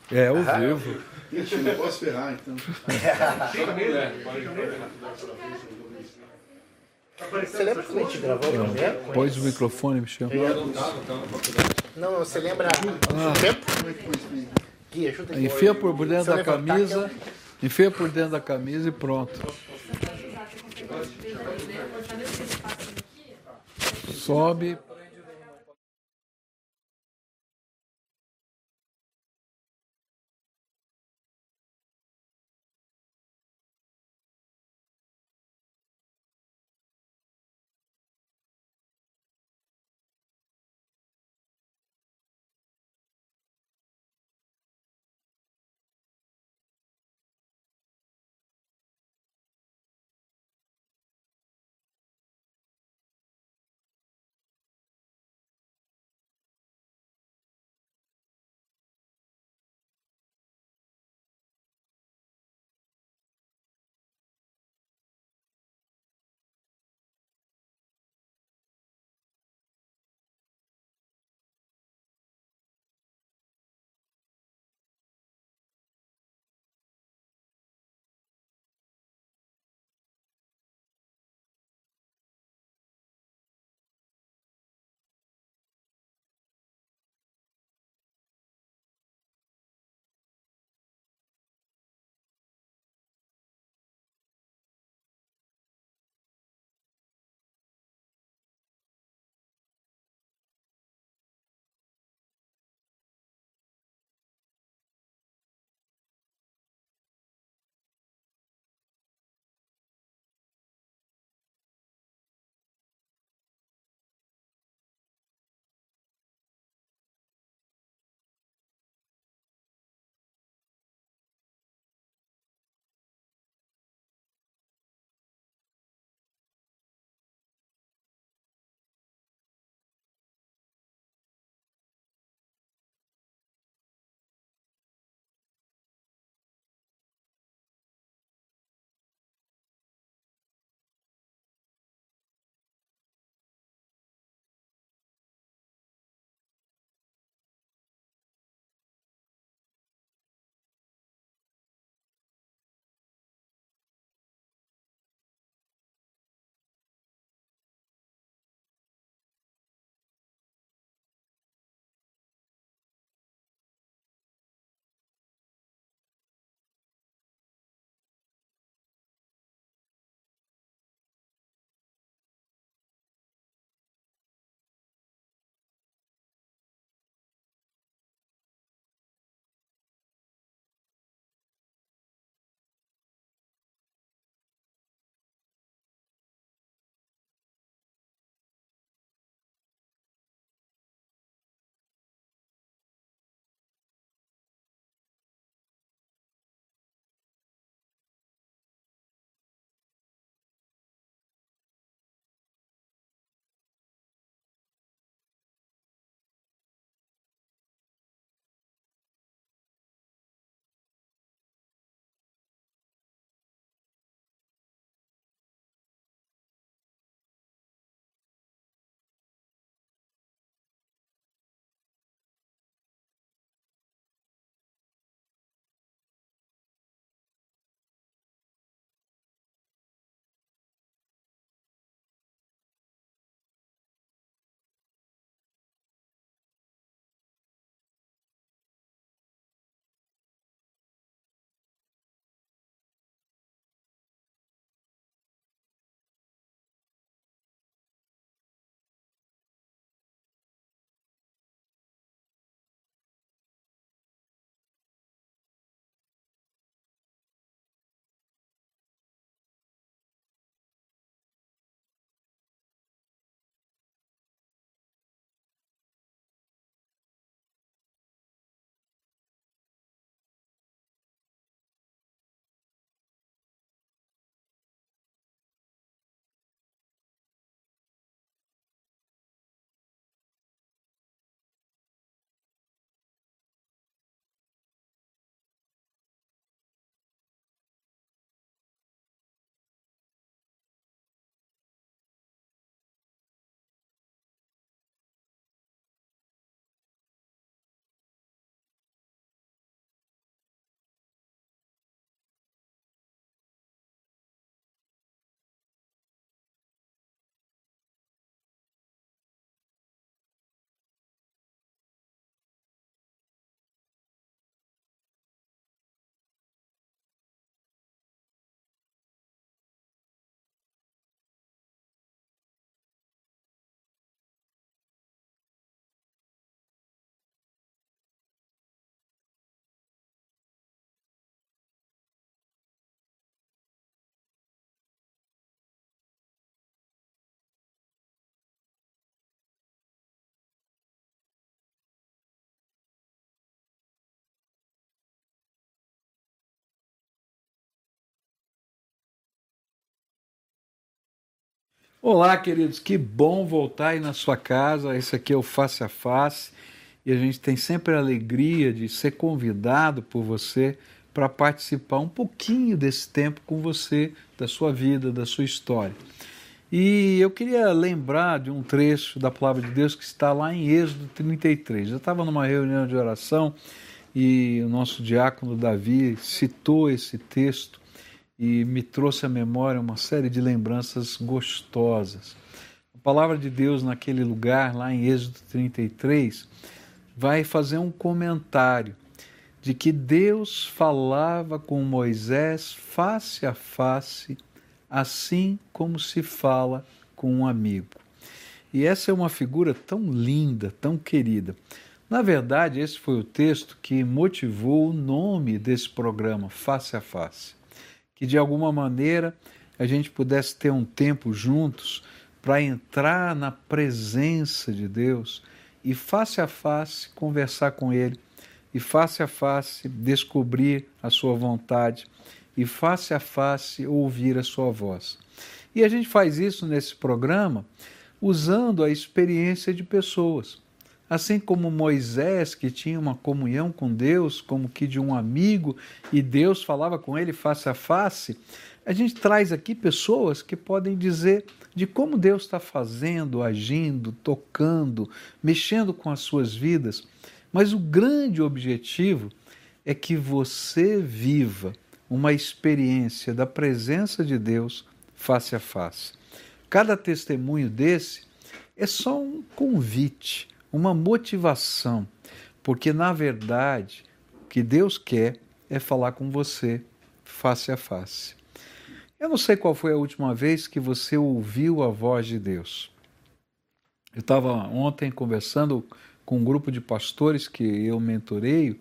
É, ao vivo. Ixi, não posso ferrar, então. Você lembra quando a gente gravou o primeiro? Pôs o microfone, Michel. Não, você lembra o tempo? Gui, ajuda aqui. Enfia por dentro Se eu da levantar, camisa. Enfia por dentro da camisa e pronto. Sobe. Olá, queridos, que bom voltar aí na sua casa. Esse aqui é o Face a Face e a gente tem sempre a alegria de ser convidado por você para participar um pouquinho desse tempo com você, da sua vida, da sua história. E eu queria lembrar de um trecho da Palavra de Deus que está lá em Êxodo 33. Eu estava numa reunião de oração e o nosso diácono Davi citou esse texto e me trouxe à memória uma série de lembranças gostosas. A palavra de Deus naquele lugar, lá em Êxodo 33, vai fazer um comentário de que Deus falava com Moisés face a face, assim como se fala com um amigo. E essa é uma figura tão linda, tão querida. Na verdade, esse foi o texto que motivou o nome desse programa, Face a Face. Que de alguma maneira a gente pudesse ter um tempo juntos para entrar na presença de Deus e face a face conversar com Ele, e face a face descobrir a sua vontade, e face a face ouvir a sua voz. E a gente faz isso nesse programa usando a experiência de pessoas. Assim como Moisés, que tinha uma comunhão com Deus, como que de um amigo, e Deus falava com ele face a face, a gente traz aqui pessoas que podem dizer de como Deus está fazendo, agindo, tocando, mexendo com as suas vidas. Mas o grande objetivo é que você viva uma experiência da presença de Deus face a face. Cada testemunho desse é só um convite, uma motivação, porque na verdade o que Deus quer é falar com você face a face. Eu não sei qual foi a última vez que você ouviu a voz de Deus. Eu estava ontem conversando com um grupo de pastores que eu mentoreio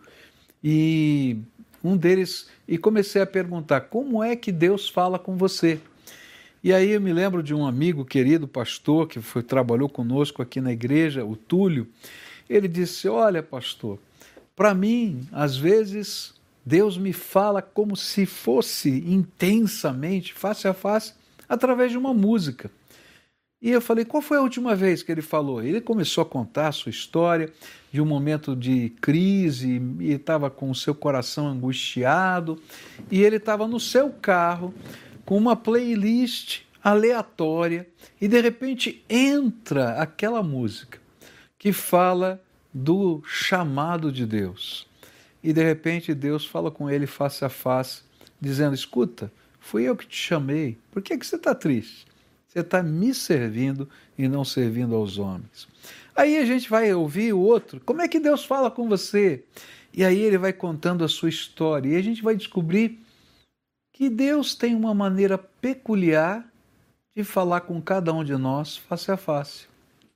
e comecei a perguntar como é que Deus fala com você. E aí eu me lembro de um amigo querido, pastor, que trabalhou conosco aqui na igreja, o Túlio. Ele disse, olha pastor, para mim, às vezes, Deus me fala como se fosse intensamente, face a face, através de uma música. E eu falei, qual foi a última vez que ele falou? Ele começou a contar a sua história de um momento de crise e estava com o seu coração angustiado e ele estava no seu carro com uma playlist aleatória e de repente entra aquela música que fala do chamado de Deus. E de repente Deus fala com ele face a face, dizendo, escuta, fui eu que te chamei, por que você está triste? Você está me servindo e não servindo aos homens. Aí a gente vai ouvir o outro, como é que Deus fala com você? E aí ele vai contando a sua história e a gente vai descobrir que Deus tem uma maneira peculiar de falar com cada um de nós face a face.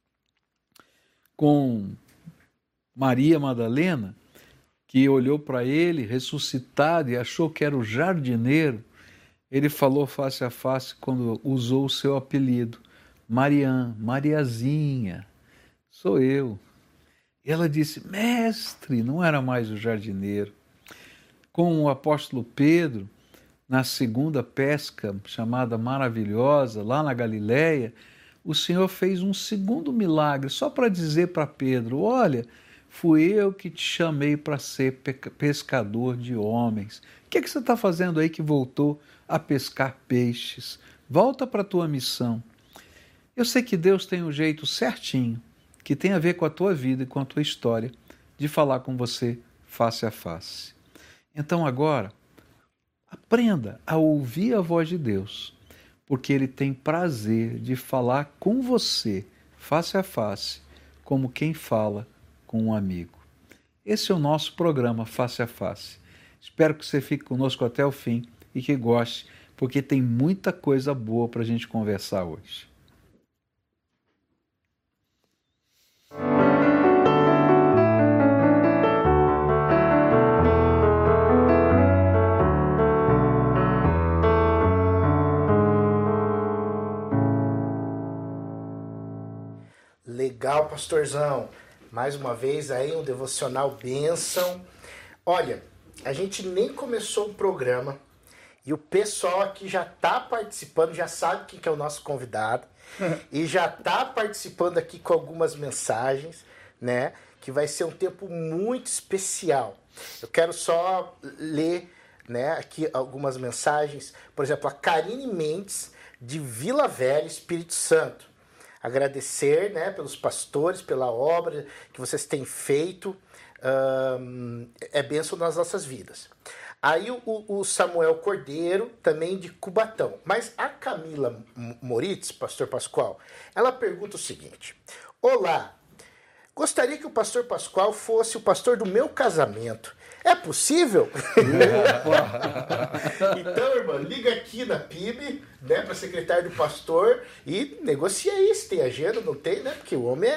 Com Maria Madalena, que olhou para ele ressuscitado e achou que era o jardineiro, ele falou face a face quando usou o seu apelido, Mariazinha, sou eu. E ela disse, mestre, não era mais o jardineiro. Com o apóstolo Pedro, na segunda pesca, chamada maravilhosa, lá na Galileia, o Senhor fez um segundo milagre, só para dizer para Pedro, olha, fui eu que te chamei para ser pescador de homens. O que você está fazendo aí que voltou a pescar peixes? Volta para a tua missão. Eu sei que Deus tem um jeito certinho, que tem a ver com a tua vida e com a tua história, de falar com você face a face. Então agora, aprenda a ouvir a voz de Deus, porque Ele tem prazer de falar com você, face a face, como quem fala com um amigo. Esse é o nosso programa Face a Face. Espero que você fique conosco até o fim e que goste, porque tem muita coisa boa para a gente conversar hoje. Legal, pastorzão. Mais uma vez aí um devocional bênção. Olha, a gente nem começou o programa E o pessoal aqui já está participando, já sabe quem que é o nosso convidado. E já está participando aqui com algumas mensagens, né? Que vai ser um tempo muito especial. Eu quero só ler, né, aqui algumas mensagens. Por exemplo, a Karine Mendes, de Vila Velha, Espírito Santo. Agradecer, né, pelos pastores, pela obra que vocês têm feito. É bênção nas nossas vidas. Aí o Samuel Cordeiro, também de Cubatão. Mas a Camila Moritz, pastor Pascoal, ela pergunta o seguinte: olá, gostaria que o pastor Pascoal fosse o pastor do meu casamento. É possível? Então, irmão, liga aqui na PIB, né, para secretário do pastor e negocia aí. Se tem agenda, não tem, né? Porque o homem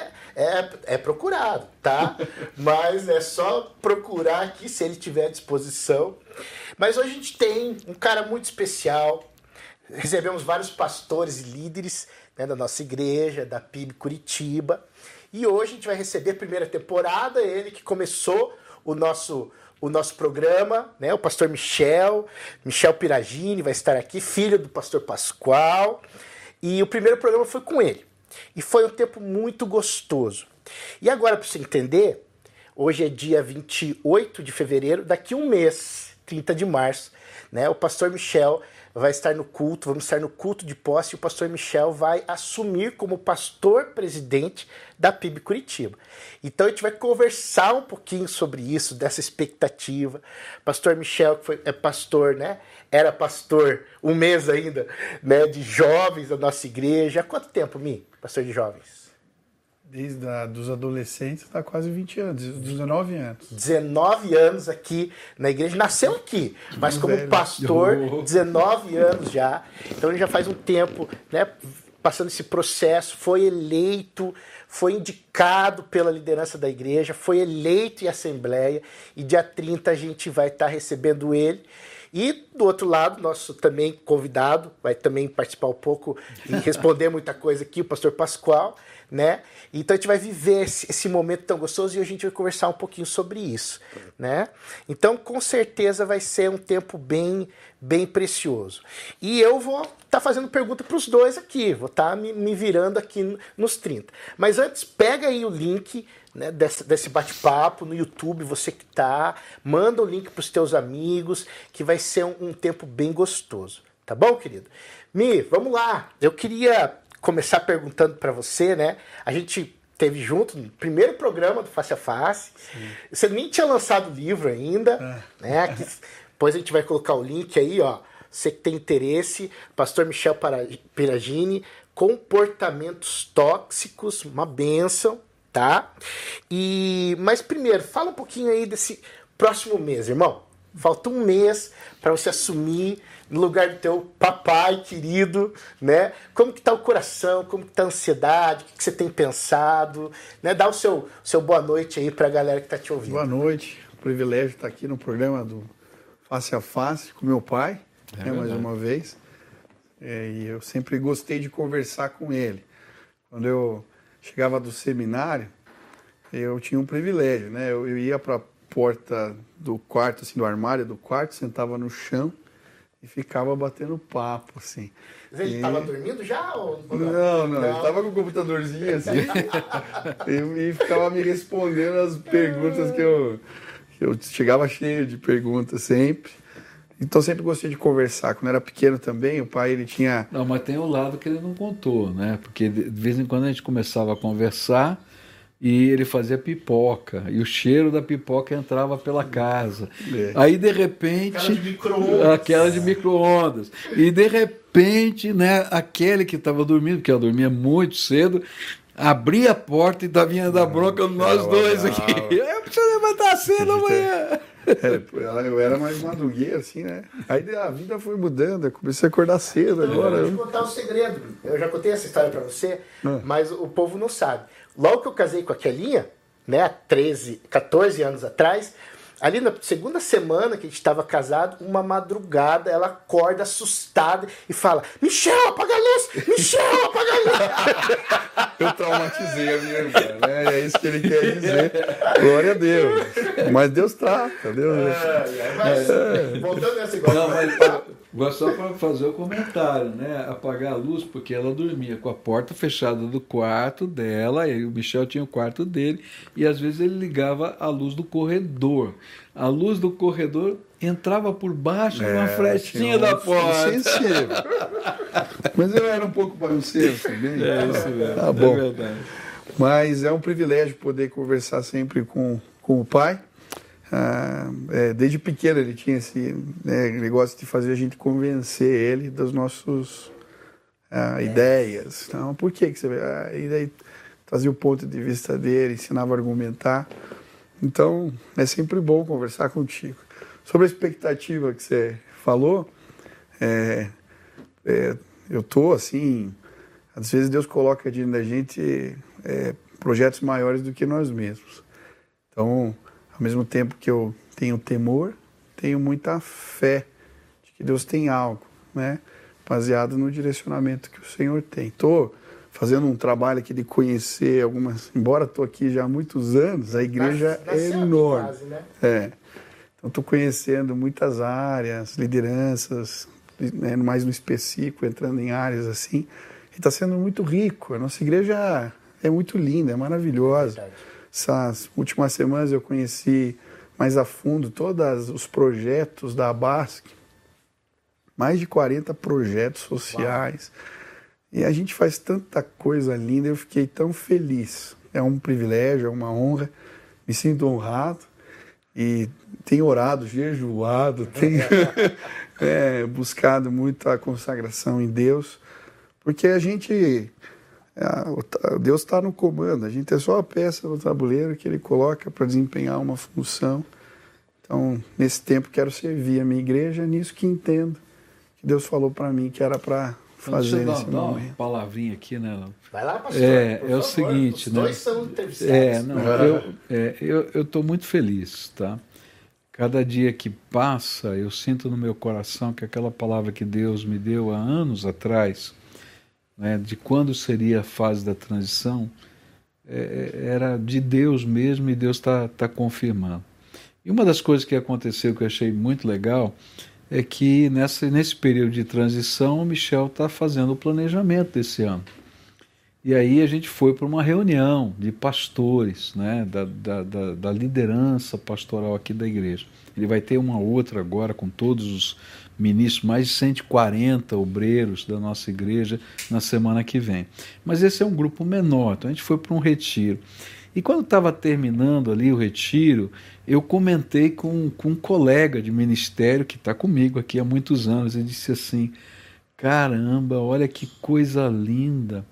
é procurado, tá? Mas é só procurar aqui se ele tiver à disposição. Mas hoje a gente tem um cara muito especial. Recebemos vários pastores e líderes, né, da nossa igreja, da PIB Curitiba. E hoje a gente vai receber a primeira temporada, ele que começou o nosso programa, né? O pastor Michel Piragini vai estar aqui, filho do pastor Pascoal. E o primeiro programa foi com ele. E foi um tempo muito gostoso. E agora, para você entender, hoje é dia 28 de fevereiro, daqui um mês, 30 de março, né? O pastor Michel vai estar no culto, vamos estar no culto de posse, e o pastor Michel vai assumir como pastor presidente da PIB Curitiba. Então a gente vai conversar um pouquinho sobre isso, dessa expectativa. Pastor Michel, que é pastor, né? Era pastor um mês ainda, né? De jovens da nossa igreja. Há quanto tempo, pastor de jovens? Desde dos adolescentes está quase 20 anos, 19 anos. 19 anos aqui na igreja, nasceu aqui, mas como pastor, 19 anos já. Então ele já faz um tempo, né, passando esse processo, foi eleito, foi indicado pela liderança da igreja, foi eleito em assembleia, e dia 30 a gente vai estar recebendo ele. E do outro lado, nosso também convidado, vai também participar um pouco e responder muita coisa aqui, o pastor Pascoal, né? Então a gente vai viver esse momento tão gostoso e a gente vai conversar um pouquinho sobre isso, né? Então com certeza vai ser um tempo bem, bem precioso. E eu vou estar fazendo pergunta para os dois aqui, vou estar me virando aqui nos 30. Mas antes, pega aí o link, né, desse bate-papo no YouTube, você que tá, manda o link para os teus amigos, que vai ser um tempo bem gostoso. Tá bom, querido? Vamos lá. Eu queria começar perguntando para você, né? A gente teve junto no primeiro programa do Face a Face. Sim. Você nem tinha lançado o livro ainda, né? Depois a gente vai colocar o link aí, ó. Você que tem interesse, pastor Michel Piragini, Comportamentos Tóxicos, uma bênção, tá? Mas primeiro, fala um pouquinho aí desse próximo mês, irmão. Falta um mês para você assumir no lugar do teu papai querido, né? Como que tá o coração, como que tá a ansiedade, o que você tem pensado, né? Dá o seu boa noite aí para a galera que tá te ouvindo. Boa noite, o privilégio de estar aqui no programa do Face a Face com meu pai, né, mais uma vez. E eu sempre gostei de conversar com ele. Quando eu chegava do seminário, eu tinha um privilégio, né? Eu ia para a porta do quarto, assim, do armário do quarto, sentava no chão e ficava batendo papo, assim. Mas ele estava dormindo já? Ou... Não, ele estava com o computadorzinho, assim, e ficava me respondendo as perguntas que eu chegava cheio de perguntas sempre. Então sempre gostei de conversar. Quando era pequeno também, o pai, ele tinha... Não, mas tem o lado que ele não contou, né? Porque de vez em quando a gente começava a conversar e ele fazia pipoca, e o cheiro da pipoca entrava pela casa. Aí, de repente... Aquela de micro-ondas. E, de repente, né, aquele que estava dormindo, porque eu dormia muito cedo, abria a porta e vinha dar bronca nós dois aqui. Eu preciso levantar cedo amanhã. Eu era mais madrugueiro, assim, né? Aí a vida foi mudando, eu comecei a acordar cedo agora. Eu vou te contar um segredo. Eu já contei essa história pra você, mas o povo não sabe. Logo que eu casei com a Kelinha, né, 14 anos atrás, ali na segunda semana que a gente estava casado, uma madrugada, ela acorda assustada e fala: Michel, apaga a luz! Michel, apaga a luz! eu traumatizei a minha irmã, né? É isso que ele quer dizer. Glória a Deus. Mas Deus trata, Deus. Voltando nessa igual. Só para fazer o comentário, né? Apagar a luz, porque ela dormia com a porta fechada do quarto dela, e o Michel tinha o quarto dele, e às vezes ele ligava a luz do corredor. A luz do corredor entrava por baixo de uma frestinha da porta. Sensível. Mas eu era um pouco bagunceiro também. É isso mesmo. Tá bom. É verdade. Mas é um privilégio poder conversar sempre com o pai. Desde pequeno ele tinha esse negócio de fazer a gente convencer ele das nossas ideias. Então, por que você e daí trazia o ponto de vista dele, ensinava a argumentar. Então, é sempre bom conversar contigo. Sobre a expectativa que você falou, eu estou assim, às vezes Deus coloca diante da gente projetos maiores do que nós mesmos. Então, ao mesmo tempo que eu tenho temor, tenho muita fé de que Deus tem algo, né, baseado no direcionamento que o Senhor tem. Estou fazendo um trabalho aqui de conhecer embora estou aqui já há muitos anos, a igreja é enorme. Quase, né? Então estou conhecendo muitas áreas, lideranças, né, mais no específico, entrando em áreas assim, e está sendo muito rico. A nossa igreja é muito linda, é maravilhosa. Verdade. Essas últimas semanas eu conheci mais a fundo todos os projetos da ABASC, mais de 40 projetos sociais. Uau. E a gente faz tanta coisa linda, eu fiquei tão feliz. É um privilégio, é uma honra, me sinto honrado e tenho orado, jejuado, tenho buscado muito a consagração em Deus, porque Deus está no comando, a gente é só a peça no tabuleiro que Ele coloca para desempenhar uma função. Então, nesse tempo, quero servir a minha igreja nisso que entendo, que Deus falou para mim que era para fazer nesse momento. Uma palavrinha aqui, né? Vai lá, pastor. É o seguinte, os né? dois são entrevistados. Eu estou muito feliz, tá? Cada dia que passa, eu sinto no meu coração que aquela palavra que Deus me deu há anos atrás, né, de quando seria a fase da transição, era de Deus mesmo, e Deus está confirmando. E uma das coisas que aconteceu que eu achei muito legal é que nesse período de transição o Michel está fazendo o planejamento desse ano. E aí a gente foi para uma reunião de pastores, né, da liderança pastoral aqui da igreja. Ele vai ter uma outra agora com todos os ministros, mais de 140 obreiros da nossa igreja na semana que vem. Mas esse é um grupo menor, então a gente foi para um retiro. E quando estava terminando ali o retiro, eu comentei com um colega de ministério que está comigo aqui há muitos anos, e disse assim: caramba, olha que coisa linda,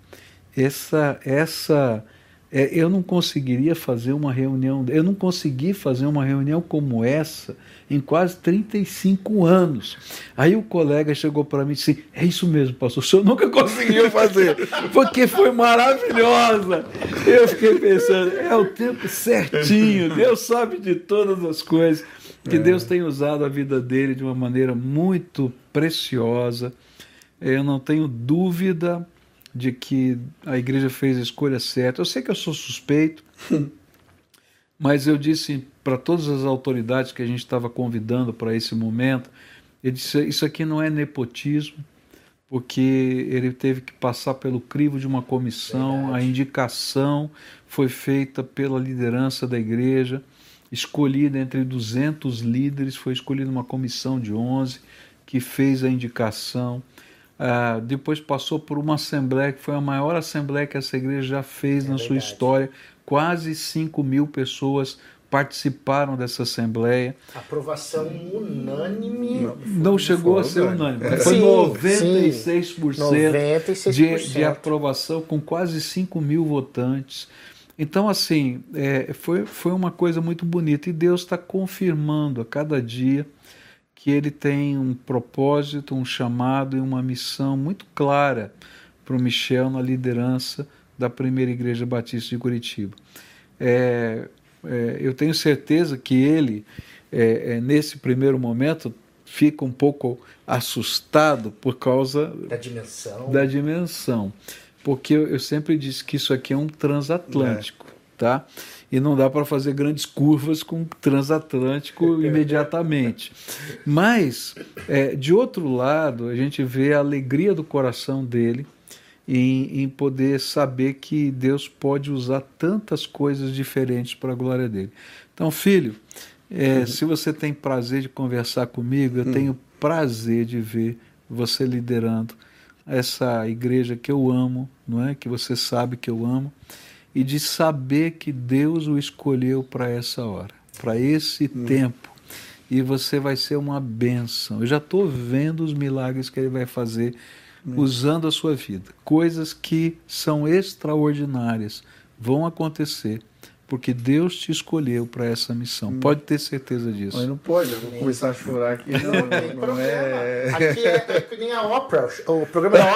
eu não conseguiria fazer uma reunião, eu não consegui fazer uma reunião como essa em quase 35 anos. Aí o colega chegou para mim e disse: é isso mesmo, pastor, o senhor nunca conseguiu fazer, porque foi maravilhosa. Eu fiquei pensando, é o tempo certinho, Deus sabe de todas as coisas, que Deus tem usado a vida dele de uma maneira muito preciosa. Eu não tenho dúvida de que a igreja fez a escolha certa. Eu sei que eu sou suspeito, mas eu disse para todas as autoridades que a gente estava convidando para esse momento, eu disse: isso aqui não é nepotismo, porque ele teve que passar pelo crivo de uma comissão. Verdade. A indicação foi feita pela liderança da igreja, escolhida entre 200 líderes, foi escolhida uma comissão de 11 que fez a indicação. Depois passou por uma assembleia, que foi a maior assembleia que essa igreja já fez na sua história. Quase 5.000 pessoas participaram dessa assembleia. Aprovação unânime. Não chegou a ser unânime, foi 96% de aprovação, com quase 5.000 votantes. Então, assim, foi uma coisa muito bonita, e Deus está confirmando a cada dia que ele tem um propósito, um chamado e uma missão muito clara para o Michel na liderança da Primeira Igreja Batista de Curitiba. Eu tenho certeza que ele, nesse primeiro momento, fica um pouco assustado por causa da dimensão. porque eu sempre disse que isso aqui é um transatlântico, tá? E não dá para fazer grandes curvas com transatlântico imediatamente. Mas, de outro lado, a gente vê a alegria do coração dele em poder saber que Deus pode usar tantas coisas diferentes para a glória dele. Então, filho, se você tem prazer de conversar comigo, eu tenho prazer de ver você liderando essa igreja que eu amo, não é? Que você sabe que eu amo, e de saber que Deus o escolheu para essa hora, para esse tempo, e você vai ser uma bênção. Eu já estou vendo os milagres que ele vai fazer usando a sua vida. Coisas que são extraordinárias vão acontecer, porque Deus te escolheu para essa missão. Pode ter certeza disso. Mas não pode, eu vou começar a chorar aqui. Não tem problema. Aqui é que nem a Oprah, o programa da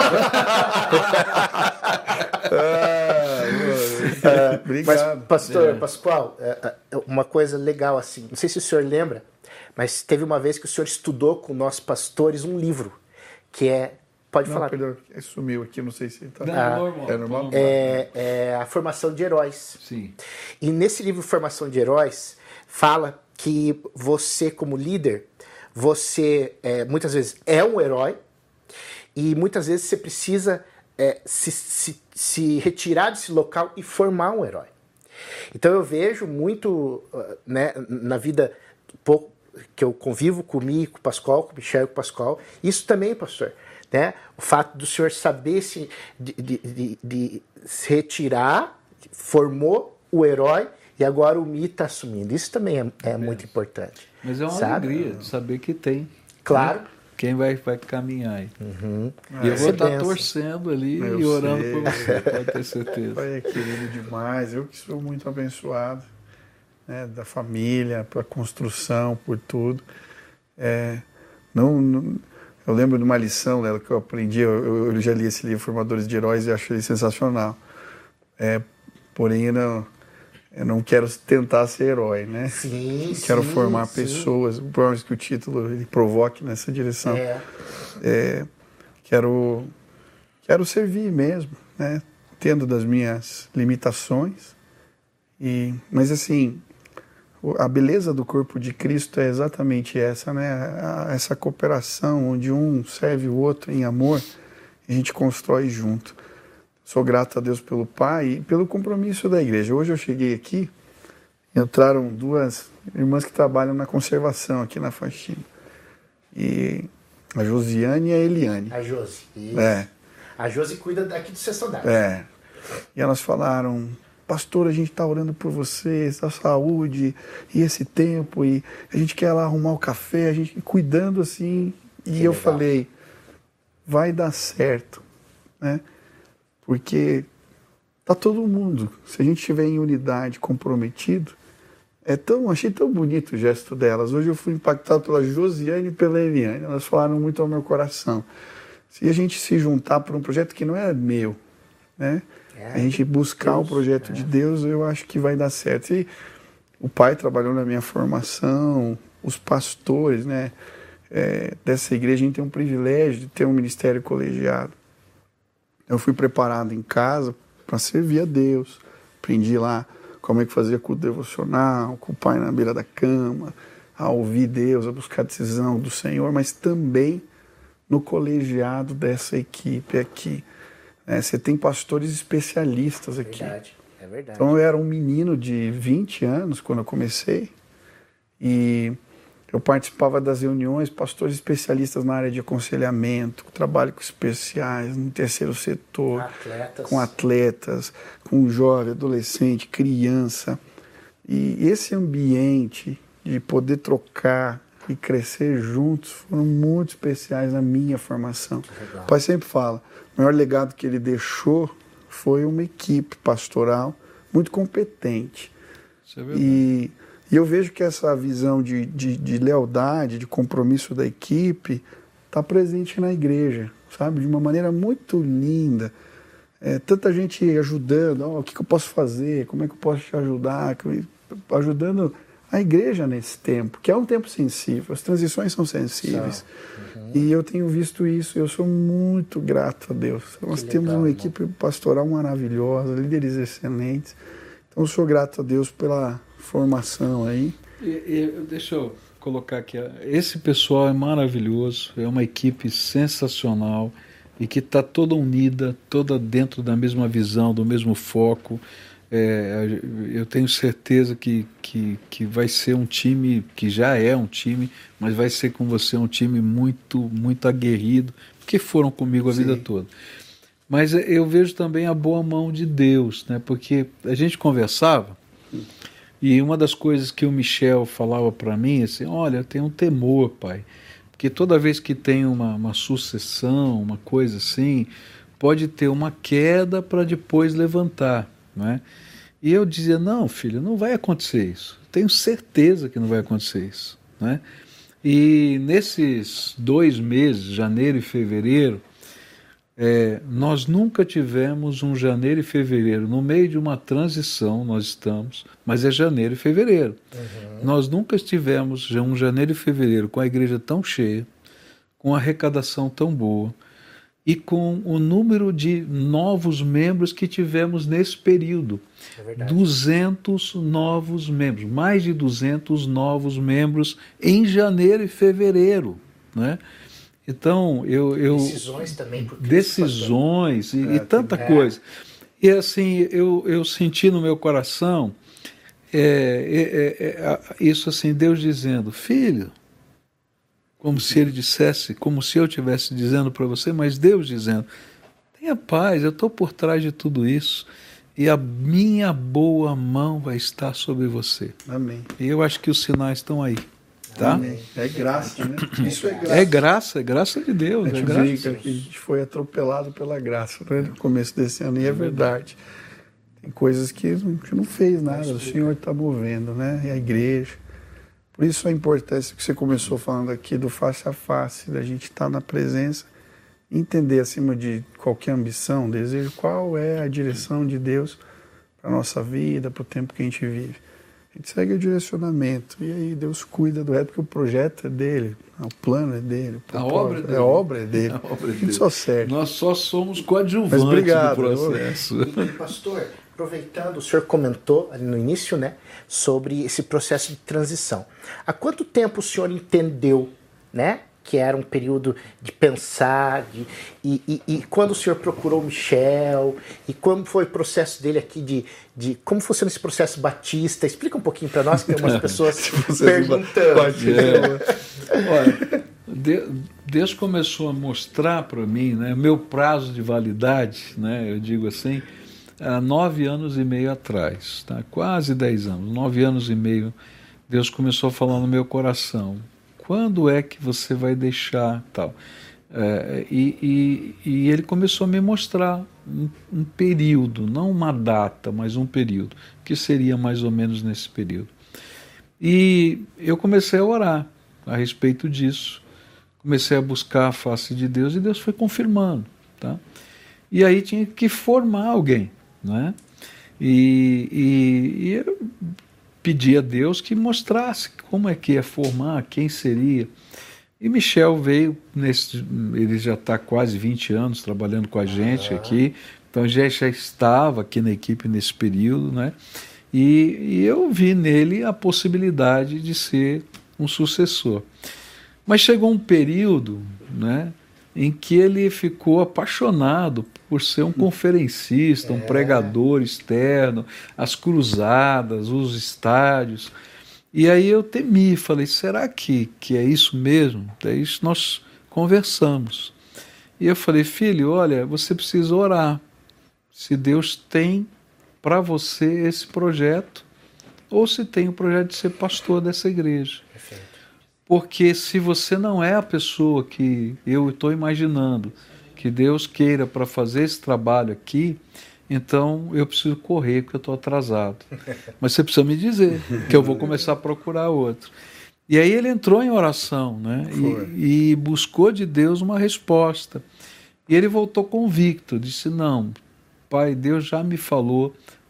Oprah. Obrigado. Mas, pastor Pascoal, uma coisa legal assim, não sei se o senhor lembra, mas teve uma vez que o senhor estudou com nossos pastores um livro, que pode falar. Perdão, sumiu aqui, não sei se está... É normal? É a formação de heróis. Sim. E nesse livro Formação de Heróis, fala que você, como líder, você muitas vezes é um herói e muitas vezes você precisa se retirar desse local e formar um herói. Então eu vejo muito na vida pouco que eu convivo comigo, com o Pascoal, com o Michel e com o Pascoal, isso também, pastor, né? O fato do senhor saber de se retirar, formou o herói e agora o Mi está assumindo. Isso também é muito importante. Mas é uma alegria de saber que tem. Claro. Né? Quem vai caminhar aí. E eu vou estar torcendo ali e orando por você, pode ter certeza. Pai é querido demais. Eu que sou muito abençoado, né, da família, para a construção, por tudo. Eu lembro de uma lição dela que eu aprendi, eu já li esse livro, Formadores de Heróis, e achei sensacional. Porém, eu não quero tentar ser herói, né? Sim, quero formar pessoas, por mais que o título ele provoque nessa direção. Quero servir mesmo, né? Tendo das minhas limitações. Mas assim, a beleza do corpo de Cristo é exatamente essa, né? Essa cooperação, onde um serve o outro em amor, e a gente constrói junto. Sou grato a Deus pelo Pai e pelo compromisso da igreja. Hoje eu cheguei aqui, entraram duas irmãs que trabalham na conservação aqui na faxina. E a Josiane e a Eliane. A Josi, isso. A Josi cuida daqui do sexto andar. E elas falaram: pastor, a gente está orando por vocês, a saúde e esse tempo, e a gente quer lá arrumar o café, a gente cuidando assim. E eu falei, vai dar certo, né? Porque tá todo mundo, se a gente estiver em unidade, comprometido, achei tão bonito o gesto delas. Hoje eu fui impactado pela Josiane e pela Eliane, elas falaram muito ao meu coração. Se a gente se juntar para um projeto que não é meu, né? A gente buscar o projeto de Deus, eu acho que vai dar certo. E o pai trabalhou na minha formação, os pastores, né, dessa igreja, a gente tem um privilégio de ter um ministério colegiado. Eu fui preparado em casa para servir a Deus. Aprendi lá como é que fazia culto devocional, com o pai na beira da cama, a ouvir Deus, a buscar a decisão do Senhor, mas também no colegiado dessa equipe aqui. Você tem pastores especialistas aqui. É verdade. Então eu era um menino de 20 anos quando eu comecei e eu participava das reuniões, pastores especialistas na área de aconselhamento, trabalho com especiais, no terceiro setor, com atletas, com jovem, adolescente, criança. E esse ambiente de poder trocar e crescer juntos foram muito especiais na minha formação. Legal. O pai sempre fala, o maior legado que ele deixou foi uma equipe pastoral muito competente. Isso é verdade. E eu vejo que essa visão de lealdade, de compromisso da equipe, está presente na igreja, sabe? De uma maneira muito linda. Tanta gente ajudando, o que eu posso fazer, como é que eu posso te ajudar, ajudando a igreja nesse tempo, que é um tempo sensível, as transições são sensíveis. E eu tenho visto isso, eu sou muito grato a Deus. Nós temos uma equipe pastoral maravilhosa, líderes excelentes. Então eu sou grato a Deus pela formação aí. Deixa eu colocar aqui, esse pessoal é maravilhoso, é uma equipe sensacional e que está toda unida, toda dentro da mesma visão, do mesmo foco. Eu tenho certeza que vai ser um time, que já é um time, mas vai ser com você um time muito, muito aguerrido, porque foram comigo a vida toda. Mas eu vejo também a boa mão de Deus, né? Porque a gente conversava, e uma das coisas que o Michel falava para mim, assim, olha, eu tenho um temor, pai, porque toda vez que tem uma sucessão, uma coisa assim, pode ter uma queda para depois levantar, né? E eu dizia, não, filho, não vai acontecer isso. Tenho certeza que não vai acontecer isso, né? E nesses 2 meses, janeiro e fevereiro, nós nunca tivemos um janeiro e fevereiro, no meio de uma transição nós estamos, mas é janeiro e fevereiro. Nós nunca tivemos um janeiro e fevereiro com a igreja tão cheia, com a arrecadação tão boa, e com o número de novos membros que tivemos nesse período. 200 novos membros, mais de 200 novos membros em janeiro e fevereiro, né? Então, decisões também. Decisões e tanta coisa. E assim, eu senti no meu coração isso assim, Deus dizendo, filho, como se ele dissesse, como se eu estivesse dizendo para você, mas Deus dizendo, tenha paz, eu estou por trás de tudo isso e a minha boa mão vai estar sobre você. Amém. E eu acho que os sinais estão aí. Tá? Amém. É graça, né? Isso é graça de Deus. A gente brinca que a gente foi atropelado pela graça, né, no começo desse ano, e é verdade. Tem coisas que a gente não fez nada, o Senhor está movendo, né? E a igreja. Por isso a importância que você começou falando aqui do face a face, da gente estar na presença, entender acima de qualquer ambição, desejo, qual é a direção de Deus para a nossa vida, para o tempo que a gente vive. A gente segue o direcionamento e aí Deus cuida do resto, porque o projeto é dele, o plano é dele, a obra é dele. A obra é dele. A gente só serve. Nós só somos coadjuvantes do processo. Pastor, aproveitando, o senhor comentou ali no início, né, sobre esse processo de transição. Há quanto tempo o senhor entendeu, né, que era um período de pensar, e quando o senhor procurou o Michel, e como foi o processo dele aqui como funciona esse processo batista? Explica um pouquinho para nós, que tem umas pessoas perguntando. Olha, Deus começou a mostrar para mim, né, meu prazo de validade, né, eu digo assim, há 9 anos e meio atrás, tá? Quase 10 anos, 9 anos e meio, Deus começou a falar no meu coração, quando é que você vai deixar tal? E ele começou a me mostrar um período, não uma data, mas um período, que seria mais ou menos nesse período. E eu comecei a orar a respeito disso, comecei a buscar a face de Deus e Deus foi confirmando, tá? E aí tinha que formar alguém, né? E eu pedi a Deus que mostrasse como é que ia formar, quem seria. E Michel veio, ele já está quase 20 anos trabalhando com a gente aqui, então já estava aqui na equipe nesse período, né? E eu vi nele a possibilidade de ser um sucessor. Mas chegou um período, né, em que ele ficou apaixonado por ser um conferencista, um pregador externo, as cruzadas, os estádios. E aí eu temi, falei, será que é isso mesmo? Daí nós conversamos. E eu falei, filho, olha, você precisa orar. Se Deus tem para você esse projeto, ou se tem o projeto de ser pastor dessa igreja. Perfeito. Porque se você não é a pessoa que eu estou imaginando que Deus queira para fazer esse trabalho aqui, então eu preciso correr porque eu estou atrasado. Mas você precisa me dizer, que eu vou começar a procurar outro. E aí ele entrou em oração, né? E buscou de Deus uma resposta. E ele voltou convicto, disse, não, pai, Deus já me falou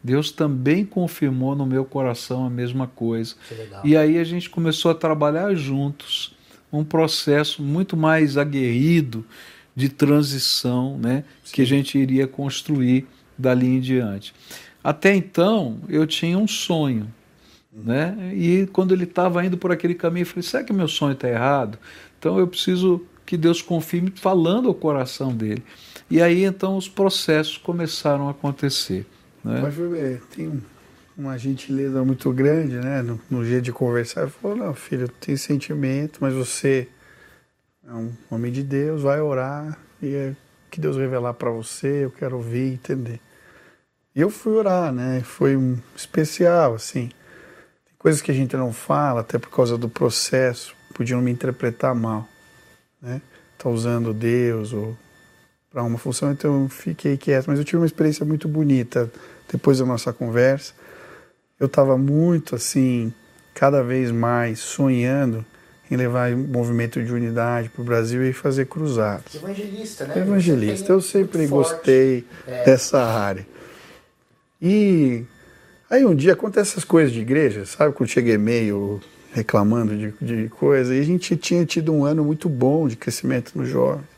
Deus também confirmou no meu coração a mesma coisa. Que legal. E aí a gente começou a trabalhar juntos, um processo muito mais aguerrido de transição, né, que a gente iria construir dali em diante. Até então, eu tinha um sonho, né? E quando ele estava indo por aquele caminho, eu falei, será que meu sonho está errado? Então eu preciso que Deus confirme falando ao coração dele. E aí, então, os processos começaram a acontecer. Né? Mas tem uma gentileza muito grande, né? No jeito de conversar, ele falou, não, filho, eu tenho sentimento, mas você é um homem de Deus, vai orar, e é que Deus revelar para você, eu quero ouvir, entender. E eu fui orar, né? Foi especial, assim. Tem coisas que a gente não fala, até por causa do processo, podiam me interpretar mal, né? Tá usando Deus ou para uma função, então eu fiquei quieto. Mas eu tive uma experiência muito bonita depois da nossa conversa. Eu estava muito, assim, cada vez mais sonhando em levar um movimento de unidade para o Brasil e fazer cruzados. Evangelista, né? Evangelista. Eu sempre gostei dessa área. E aí um dia acontece essas coisas de igreja, sabe? Quando chega e-mail reclamando de coisa. E a gente tinha tido um ano muito bom de crescimento nos jovens.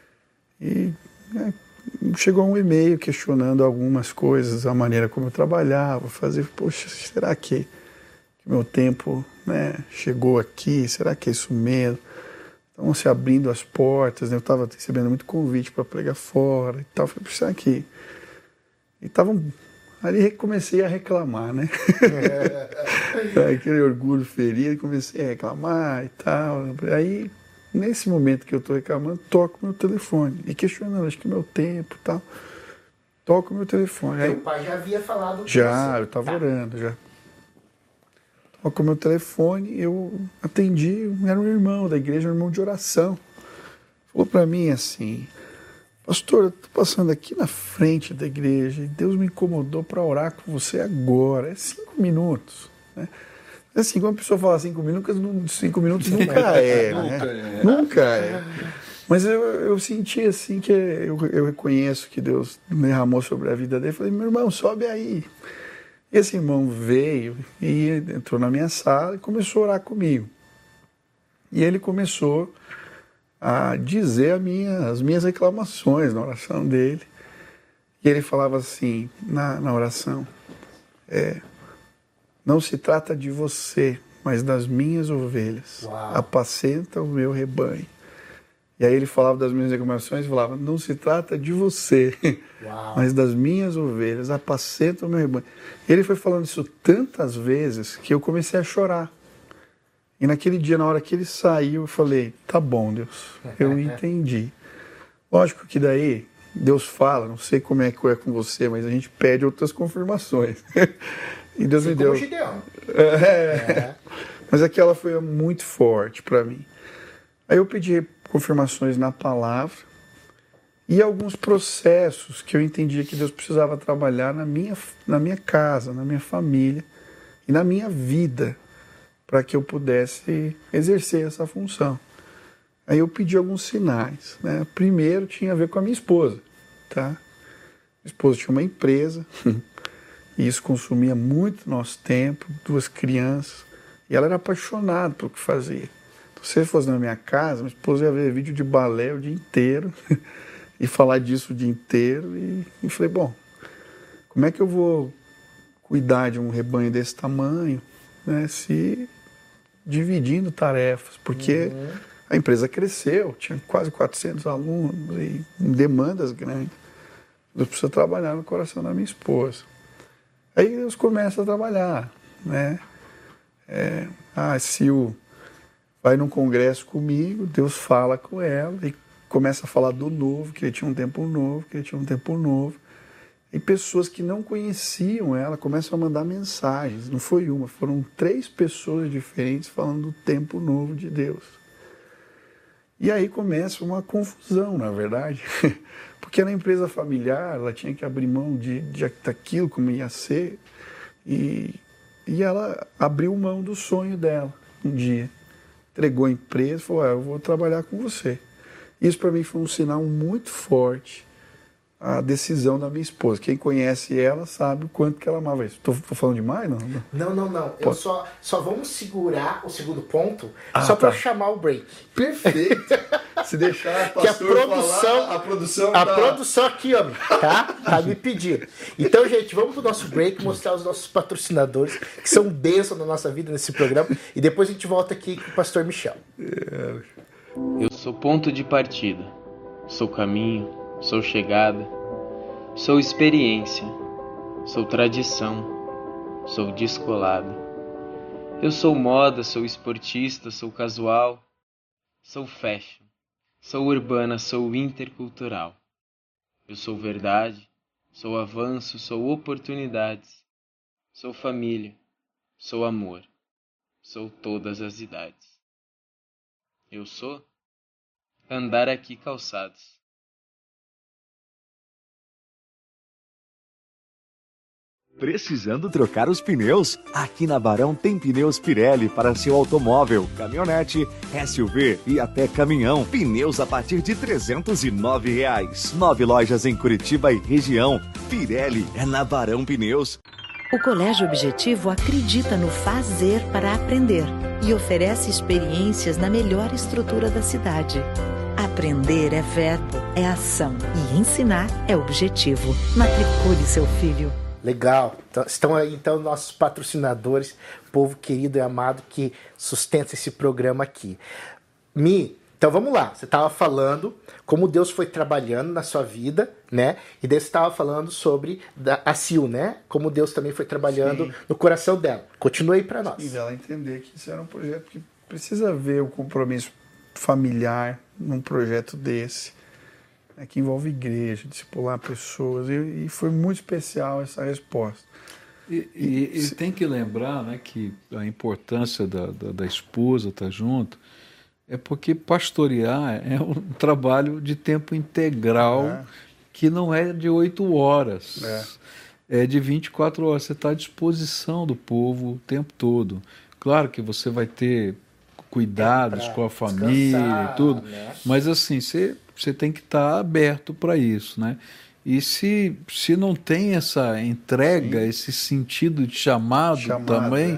E chegou um e-mail questionando algumas coisas, a maneira como eu trabalhava, fazer, poxa, será que meu tempo, né, chegou aqui? Será que é isso mesmo? Estão se abrindo as portas, né? Eu estava recebendo muito convite para pregar fora e tal. Falei, será que... E estavam... Ali comecei a reclamar, né? Aquele orgulho ferido, comecei a reclamar e tal. Aí, nesse momento que eu estou reclamando, toco meu telefone. E questionando, acho que meu tempo e tal. Toco meu telefone. Teu pai já havia falado com já, você. Eu estava orando, já. Toco meu telefone, eu atendi, era um irmão da igreja, um irmão de oração. Falou para mim assim... Pastor, eu estou passando aqui na frente da igreja e Deus me incomodou para orar com você agora. É 5 minutos. Né? Assim, quando a pessoa fala 5 minutos, 5 minutos nunca é. Né? Nunca é. Mas eu senti assim que eu reconheço que Deus derramou sobre a vida dele. Falei, meu irmão, sobe aí. E esse irmão veio e entrou na minha sala e começou a orar comigo. E ele começou a dizer as minhas reclamações na oração dele. E ele falava assim, na oração, não se trata de você, mas das minhas ovelhas. Uau. Apacenta o meu rebanho. E aí ele falava das minhas reclamações e falava, não se trata de você, Uau. mas das minhas ovelhas. Apacenta o meu rebanho. Ele foi falando isso tantas vezes que eu comecei a chorar. E naquele dia, na hora que ele saiu, eu falei, tá bom, Deus, eu entendi. Lógico que daí Deus fala, não sei como é que é com você, mas a gente pede outras confirmações. E Deus me deu. Mas aquela foi muito forte para mim. Aí eu pedi confirmações na palavra e alguns processos que eu entendia que Deus precisava trabalhar na minha casa, na minha família e na minha vida, para que eu pudesse exercer essa função. Aí eu pedi alguns sinais. Né? Primeiro tinha a ver com a minha esposa. Tá? Minha esposa tinha uma empresa, e isso consumia muito nosso tempo, 2 crianças, e ela era apaixonada pelo que fazia. Então, se você fosse na minha casa, minha esposa ia ver vídeo de balé o dia inteiro, e falar disso o dia inteiro, e falei, bom, como é que eu vou cuidar de um rebanho desse tamanho, né, se dividindo tarefas, porque a empresa cresceu, tinha quase 400 alunos e demandas grandes. Deus precisa trabalhar no coração da minha esposa. Aí Deus começa a trabalhar, né? Sil vai num congresso comigo, Deus fala com ela e começa a falar do novo, que ele tinha um tempo novo, E pessoas que não conheciam ela começam a mandar mensagens. Não foi uma, foram 3 pessoas diferentes falando do tempo novo de Deus. E aí começa uma confusão, na verdade. Porque na empresa familiar ela tinha que abrir mão daquilo como ia ser. E ela abriu mão do sonho dela um dia. Entregou a empresa e falou, eu vou trabalhar com você. Isso para mim foi um sinal muito forte a decisão da minha esposa. Quem conhece ela sabe o quanto que ela amava isso. Tô falando demais, não? Não. Eu só vamos segurar o segundo ponto só para chamar o break. Perfeito. Se deixar que a produção, falar, a produção aqui, ó, tá me pedindo. Então, gente, vamos pro nosso break, mostrar os nossos patrocinadores, que são bênção na nossa vida nesse programa, e depois a gente volta aqui com o pastor Michel. Eu sou ponto de partida, sou caminho, sou chegada, sou experiência, sou tradição, sou descolado. Eu sou moda, sou esportista, sou casual, sou fashion, sou urbana, sou intercultural. Eu sou verdade, sou avanço, sou oportunidades, sou família, sou amor, sou todas as idades. Eu sou andar aqui calçados. Precisando trocar os pneus? Aqui na Barão tem pneus Pirelli para seu automóvel, caminhonete, SUV e até caminhão. Pneus a partir de R$ 309. 9 lojas em Curitiba e região. Pirelli é na Barão Pneus. O Colégio Objetivo acredita no fazer para aprender e oferece experiências na melhor estrutura da cidade. Aprender é verbo, é ação e ensinar é objetivo. Matricule seu filho. Legal. Estão aí, então, nossos patrocinadores, povo querido e amado que sustenta esse programa aqui. Mi, então vamos lá. Você estava falando como Deus foi trabalhando na sua vida, né? E daí você estava falando sobre a Sil, né? Como Deus também foi trabalhando no coração dela. Continua aí para nós. E ela entender que isso era um projeto que precisa ver o compromisso familiar num projeto desse. Que envolve igreja, discipular pessoas, e foi muito especial essa resposta. E tem que lembrar, né, que a importância da esposa estar junto é porque pastorear é um trabalho de tempo integral que não é de 8 horas, é de 24 horas. Você está à disposição do povo o tempo todo. Claro que você vai ter cuidados com a família e tudo, né? Mas assim, você tem que estar aberto para isso, né? E se não tem essa entrega, esse sentido de chamado também,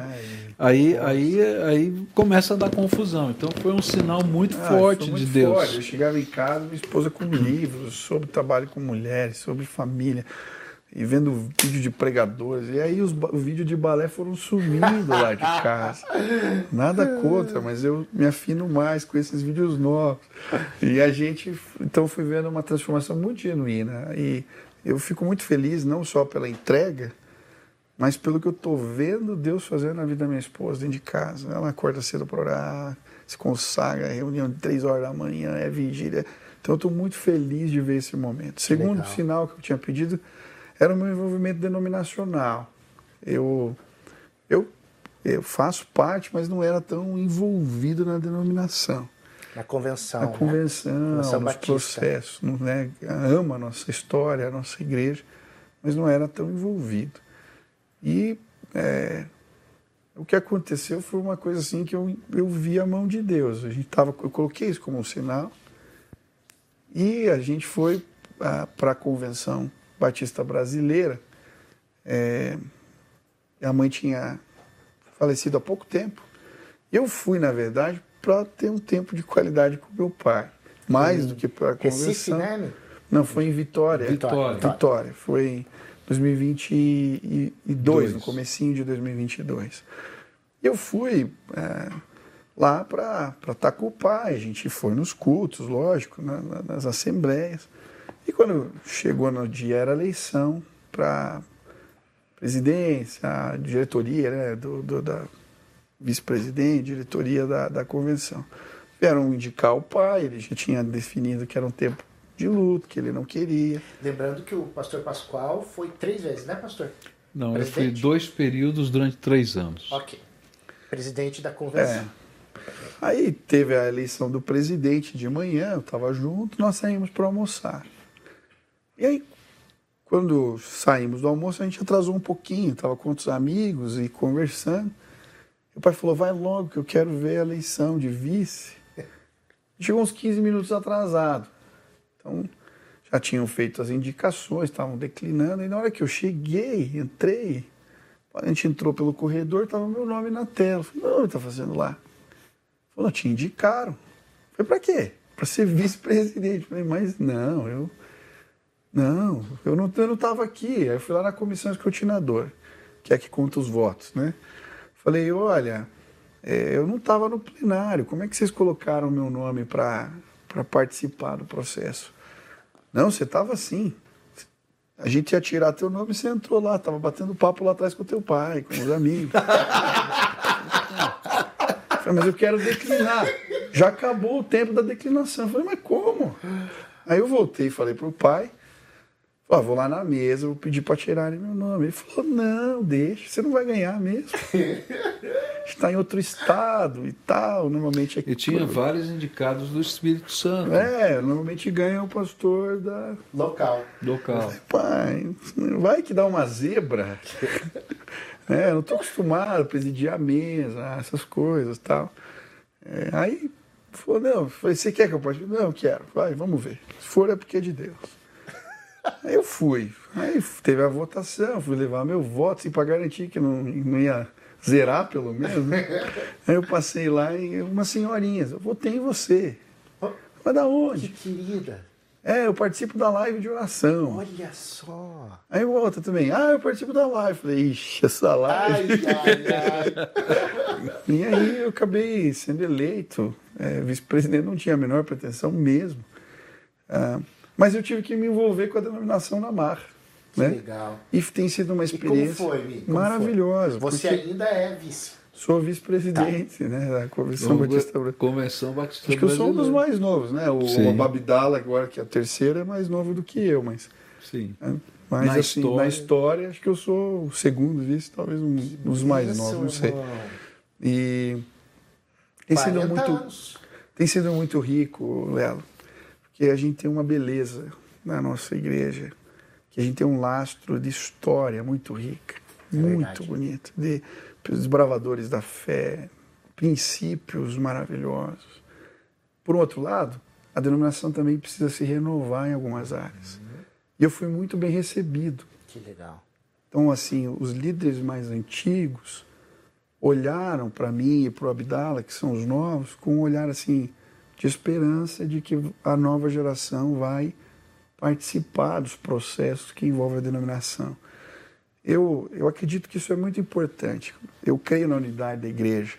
aí começa a dar confusão. Então foi um sinal muito forte de Deus. Forte. Eu chegava em casa, minha esposa com livros sobre trabalho com mulheres, sobre família, e vendo vídeo de pregadores. E aí os vídeos de balé foram sumindo lá de casa. Nada contra, mas eu me afino mais com esses vídeos novos. E a gente, então, foi vendo uma transformação muito genuína. E eu fico muito feliz, não só pela entrega, mas pelo que eu estou vendo Deus fazendo na vida da minha esposa dentro de casa. Ela acorda cedo para orar, se consagra, reunião de 3 horas da manhã, é vigília. Então eu estou muito feliz de ver esse momento. Segundo sinal que eu tinha pedido era o meu envolvimento denominacional. Eu faço parte, mas não era tão envolvido na denominação. Na convenção. Na convenção, nos processos. Né? Ama a nossa história, a nossa igreja, mas não era tão envolvido. E o que aconteceu foi uma coisa assim que eu vi a mão de Deus. Eu coloquei isso como um sinal e a gente foi para a convenção Batista Brasileira. A mãe tinha falecido há pouco tempo. Eu fui, na verdade, para ter um tempo de qualidade com meu pai. Mais do que para a convenção. Recife, né? Não, foi em Vitória. Vitória. Foi em 2022, no comecinho de 2022. Eu fui lá para estar com o pai. A gente foi nos cultos, lógico, nas assembleias. E quando chegou no dia, era eleição para presidência, a diretoria, né, da vice-presidente, diretoria da convenção. Vieram indicar o pai, ele já tinha definido que era um tempo de luto, que ele não queria. Lembrando que o pastor Pascoal foi 3 vezes, né, pastor? Não, ele foi 2 períodos durante 3 anos. Ok. Presidente da convenção. Aí teve a eleição do presidente de manhã, eu estava junto, nós saímos para almoçar. E aí, quando saímos do almoço, a gente atrasou um pouquinho, estava com outros amigos e conversando. E o pai falou, vai logo que eu quero ver a eleição de vice. Chegou uns 15 minutos atrasado. Então, já tinham feito as indicações, estavam declinando, e na hora que eu cheguei, entrei, a gente entrou pelo corredor, estava o meu nome na tela. Eu falei, não, ele está fazendo lá? Falou, te indicaram. Eu falei, para quê? Para ser vice-presidente. Eu falei, mas não, eu não estava aqui. Aí eu fui lá na comissão escrutinadora, que é que conta os votos, né? Falei, olha, eu não estava no plenário, como é que vocês colocaram o meu nome para participar do processo? Não, você estava sim. A gente ia tirar teu nome e você entrou lá, estava batendo papo lá atrás com o teu pai, com os amigos. Falei, mas eu quero declinar. Já acabou o tempo da declinação. Eu falei, mas como? Aí eu voltei e falei pro pai, vou lá na mesa, vou pedir para tirarem meu nome. Ele falou, não, deixa, você não vai ganhar mesmo. Está em outro estado e tal, normalmente... E tinha vários indicados do Espírito Santo. Normalmente ganha o pastor da... Local. Pai, vai que dá uma zebra. Eu não estou acostumado a presidir a mesa, essas coisas e tal. Aí, falou, não, você quer que eu participe? Não, eu quero, vai, vamos ver. Se for é porque é de Deus. Aí eu fui. Aí teve a votação, fui levar meu voto, assim, para garantir que não ia zerar, pelo menos. Né? Aí eu passei lá e umas senhorinhas, eu votei em você. Mas da onde? Que querida. Eu participo da live de oração. Olha só. Aí outra também, eu participo da live. Falei, ixi, essa live. Ai. E aí eu acabei sendo eleito. Vice-presidente, não tinha a menor pretensão mesmo. Mas eu tive que me envolver com a denominação na marra. Que legal. E tem sido uma experiência maravilhosa. Você ainda é vice. Sou vice-presidente, né, da Convenção Batista Brasileira. Convenção Batista Acho que eu sou um dos mais novos, né? O Ababdala, agora, que é a terceira, é mais novo do que eu, mas... Sim. Mas, na história, acho que eu sou o segundo vice, talvez um dos mais novos, não sei. E tem sido muito rico, Lelo, porque a gente tem uma beleza na nossa igreja, que a gente tem um lastro de história muito rica, muito bonito, de desbravadores da fé, princípios maravilhosos. Por outro lado, a denominação também precisa se renovar em algumas áreas. E eu fui muito bem recebido. Que legal. Então, assim, os líderes mais antigos olharam para mim e para o Abdala, que são os novos, com um olhar assim de esperança de que a nova geração vai participar dos processos que envolvem a denominação. Eu acredito que isso é muito importante. Eu creio na unidade da igreja.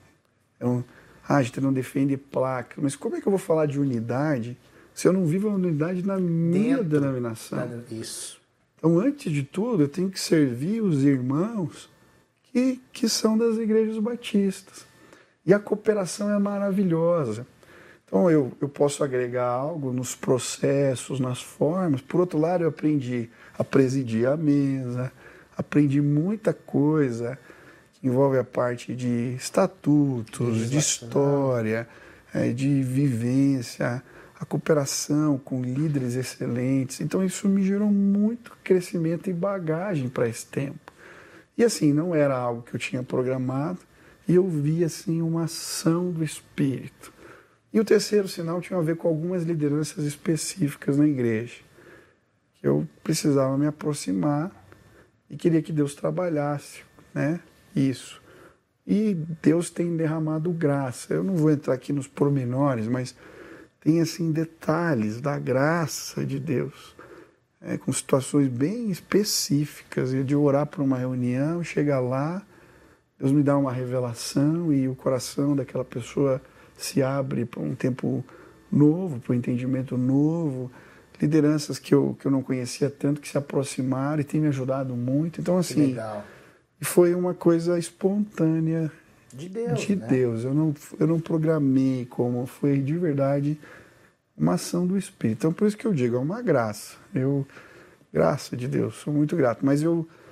A gente não defende placa, mas como é que eu vou falar de unidade se eu não vivo a unidade na minha denominação? Isso. Então, antes de tudo, eu tenho que servir os irmãos que são das igrejas batistas. E a cooperação é maravilhosa. Então, eu posso agregar algo nos processos, nas formas. Por outro lado, eu aprendi a presidir a mesa, aprendi muita coisa que envolve a parte de estatutos, de história, de vivência, a cooperação com líderes excelentes. Então, isso me gerou muito crescimento e bagagem para esse tempo. E assim, não era algo que eu tinha programado, e eu vi assim uma ação do Espírito. E o terceiro sinal tinha a ver com algumas lideranças específicas na igreja, que eu precisava me aproximar e queria que Deus trabalhasse, né, isso. E Deus tem derramado graça. Eu não vou entrar aqui nos pormenores, mas tem assim detalhes da graça de Deus, com situações bem específicas, de orar para uma reunião, chegar lá, Deus me dá uma revelação e o coração daquela pessoa se abre para um tempo novo, para um entendimento novo. Lideranças que eu não conhecia tanto, que se aproximaram e tem me ajudado muito. Então, assim, foi uma coisa espontânea de Deus. De Deus. Eu não programei como, foi de verdade uma ação do Espírito. Então, por isso que eu digo, é uma graça. Graça de Deus, sou muito grato. Mas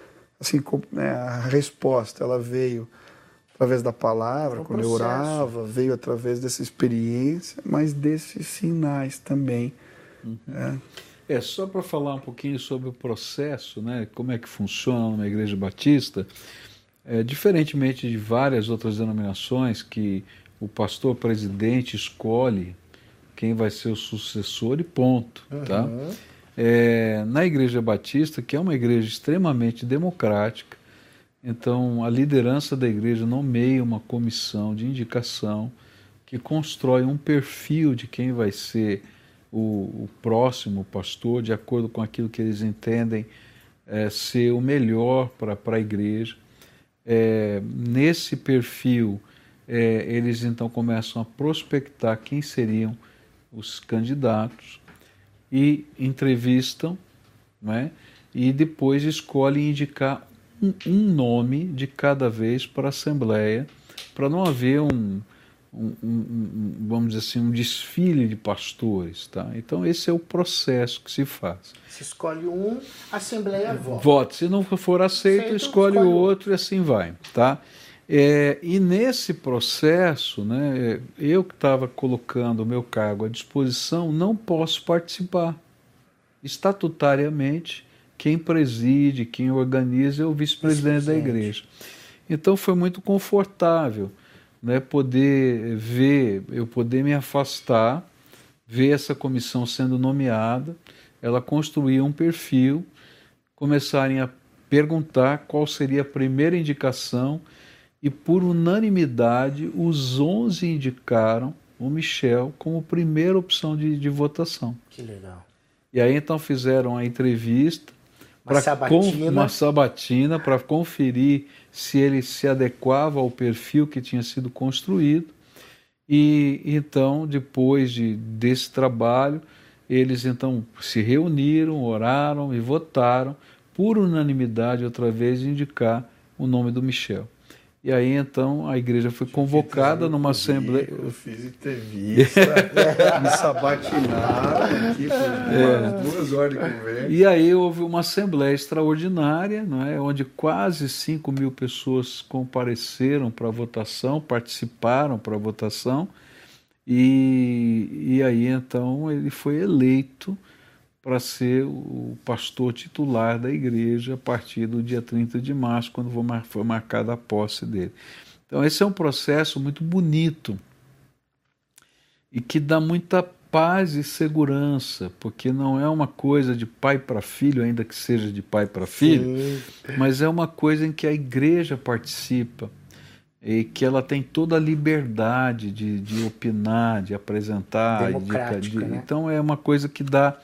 a resposta, ela veio através da palavra, quando eu orava, veio através dessa experiência, mas desses sinais também. Só para falar um pouquinho sobre o processo, né, como é que funciona na Igreja Batista, diferentemente de várias outras denominações que o pastor presidente escolhe quem vai ser o sucessor e ponto, tá? Na Igreja Batista, que é uma igreja extremamente democrática, então a liderança da igreja nomeia uma comissão de indicação que constrói um perfil de quem vai ser o próximo pastor, de acordo com aquilo que eles entendem ser o melhor para a igreja. Nesse perfil, eles então começam a prospectar quem seriam os candidatos e entrevistam, né, e depois escolhem indicar um nome de cada vez para a Assembleia, para não haver vamos dizer assim, um desfile de pastores, tá? Então esse é o processo que se faz. Se escolhe um, a Assembleia vota. Vota. Se não for aceito, escolhe o outro e assim vai, tá? E nesse processo, né, eu que estava colocando o meu cargo à disposição, não posso participar. Estatutariamente, quem preside, quem organiza é o vice-presidente da igreja. Então foi muito confortável, né, eu poder me afastar, ver essa comissão sendo nomeada, ela construir um perfil, começarem a perguntar qual seria a primeira indicação, e por unanimidade os 11 indicaram o Michel como primeira opção de votação. Que legal. E aí então fizeram a entrevista, uma sabatina para conferir se ele se adequava ao perfil que tinha sido construído. E então, depois desse trabalho, eles então se reuniram, oraram e votaram por unanimidade outra vez indicar o nome do Michel. E aí, então, a igreja foi convocada numa assembleia. Eu fiz entrevista, me sabatinaram aqui por 2 horas de conversa. E aí houve uma assembleia extraordinária, não é, onde quase 5.000 pessoas compareceram para a votação, participaram para a votação, e aí, então, ele foi eleito para ser o pastor titular da igreja a partir do dia 30 de março, quando foi marcada a posse dele. Então esse é um processo muito bonito e que dá muita paz e segurança, porque não é uma coisa de pai para filho, ainda que seja de pai para filho, mas é uma coisa em que a igreja participa e que ela tem toda a liberdade de opinar, de apresentar. Né? Então é uma coisa que dá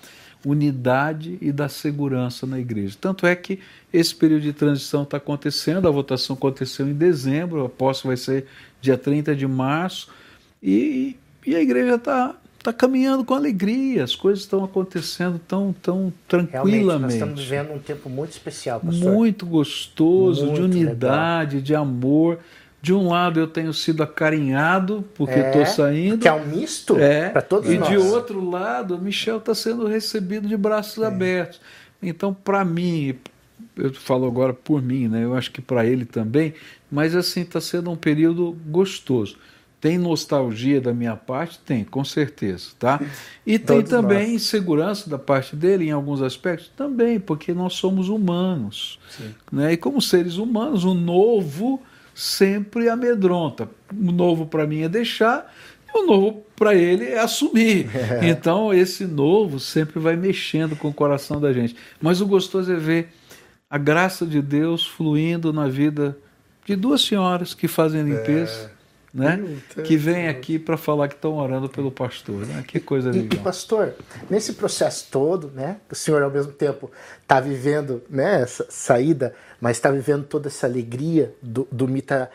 unidade e da segurança na igreja. Tanto é que esse período de transição está acontecendo, a votação aconteceu em dezembro, a posse vai ser dia 30 de março, e a igreja está caminhando com alegria, as coisas estão acontecendo tão tranquilamente. Realmente, nós estamos vivendo um tempo muito especial, pastor. Muito gostoso, muito de unidade, legal, de amor. De um lado eu tenho sido acarinhado porque estou saindo. Que é um misto para todos nós. E de outro lado, o Michel está sendo recebido de braços abertos. Então, para mim, eu falo agora por mim, né? Eu acho que para ele também, mas assim, está sendo um período gostoso. Tem nostalgia da minha parte? Tem, com certeza, tá? E tem também insegurança da parte dele em alguns aspectos? Também, porque nós somos humanos. Né? E como seres humanos, o novo sempre amedronta. O novo para mim é deixar, e o novo para ele é assumir. Então esse novo sempre vai mexendo com o coração da gente. Mas o gostoso é ver a graça de Deus fluindo na vida de 2 senhoras que fazem limpeza, né? Que vêm aqui para falar que estão orando pelo pastor. Né? Que coisa legal. E pastor, nesse processo todo, né, o senhor ao mesmo tempo está vivendo, né, essa saída, mas está vivendo toda essa alegria do Mi tá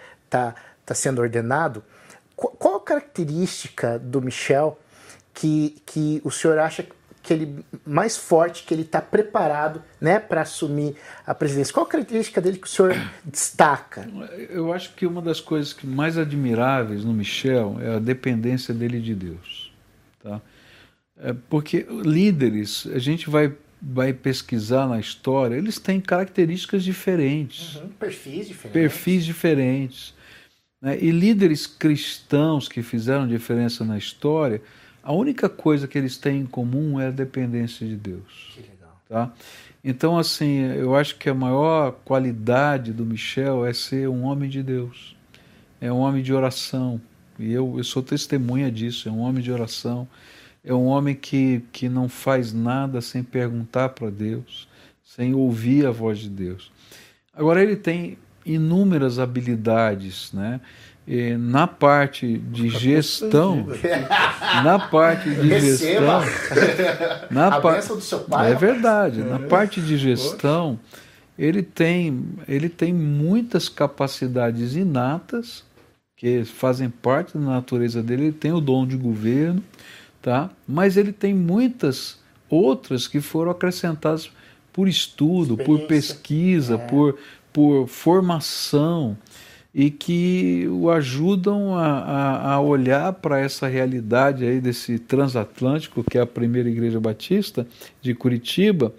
sendo ordenado. Qual a característica do Michel que o senhor acha que ele mais forte, que ele está preparado, né, para assumir a presidência? Qual a característica dele que o senhor destaca? Eu acho que uma das coisas mais admiráveis no Michel é a dependência dele de Deus. Tá? Porque líderes, a gente vai pesquisar na história, eles têm características diferentes. Perfis diferentes. Né? E líderes cristãos que fizeram diferença na história, a única coisa que eles têm em comum é a dependência de Deus. Que legal. Tá? Então, assim, eu acho que a maior qualidade do Michel é ser um homem de Deus. É um homem de oração. E eu sou testemunha disso, é um homem de oração. é um homem que não faz nada sem perguntar para Deus, sem ouvir a voz de Deus. Agora, ele tem inúmeras habilidades, né? E na parte de gestão, a bênção do seu pai. É verdade. Na parte de gestão, ele tem muitas capacidades inatas que fazem parte da natureza dele. Ele tem o dom de governo, tá? Mas ele tem muitas outras que foram acrescentadas por estudo, por pesquisa, por formação, e que o ajudam a olhar para essa realidade aí desse transatlântico, que é a primeira igreja batista de Curitiba,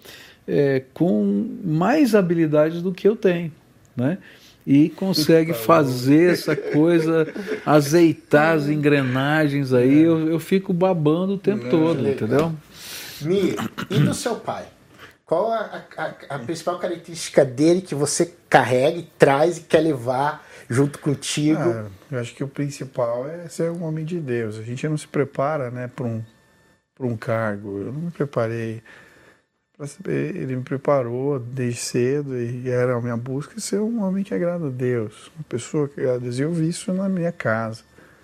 com mais habilidades do que eu tenho, né? E consegue fazer essa coisa, azeitar as engrenagens aí, eu fico babando o tempo todo, entendeu? Mi, e do seu pai? Qual a principal característica dele que você carrega e traz e quer levar junto contigo? Eu acho que o principal é ser um homem de Deus. A gente não se prepara, né, para um cargo. Eu não me preparei para saber. Ele me preparou desde cedo e era a minha busca ser um homem que agrada a Deus, uma pessoa que agrada a Deus. E eu vi isso na minha casa.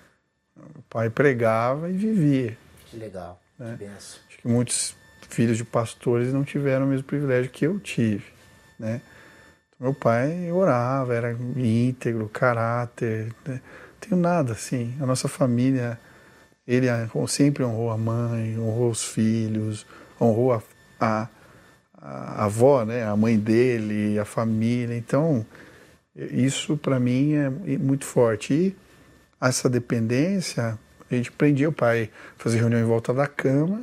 O pai pregava e vivia. Que legal, né? Que benção. Acho que muitos filhos de pastores não tiveram o mesmo privilégio que eu tive, né? Meu pai orava, era íntegro, caráter, né? Não tenho nada assim. A nossa família, ele sempre honrou a mãe, honrou os filhos, honrou a avó, né? A mãe dele, a família. Então, isso para mim é muito forte. E essa dependência, a gente prendia o pai a fazer reunião em volta da cama,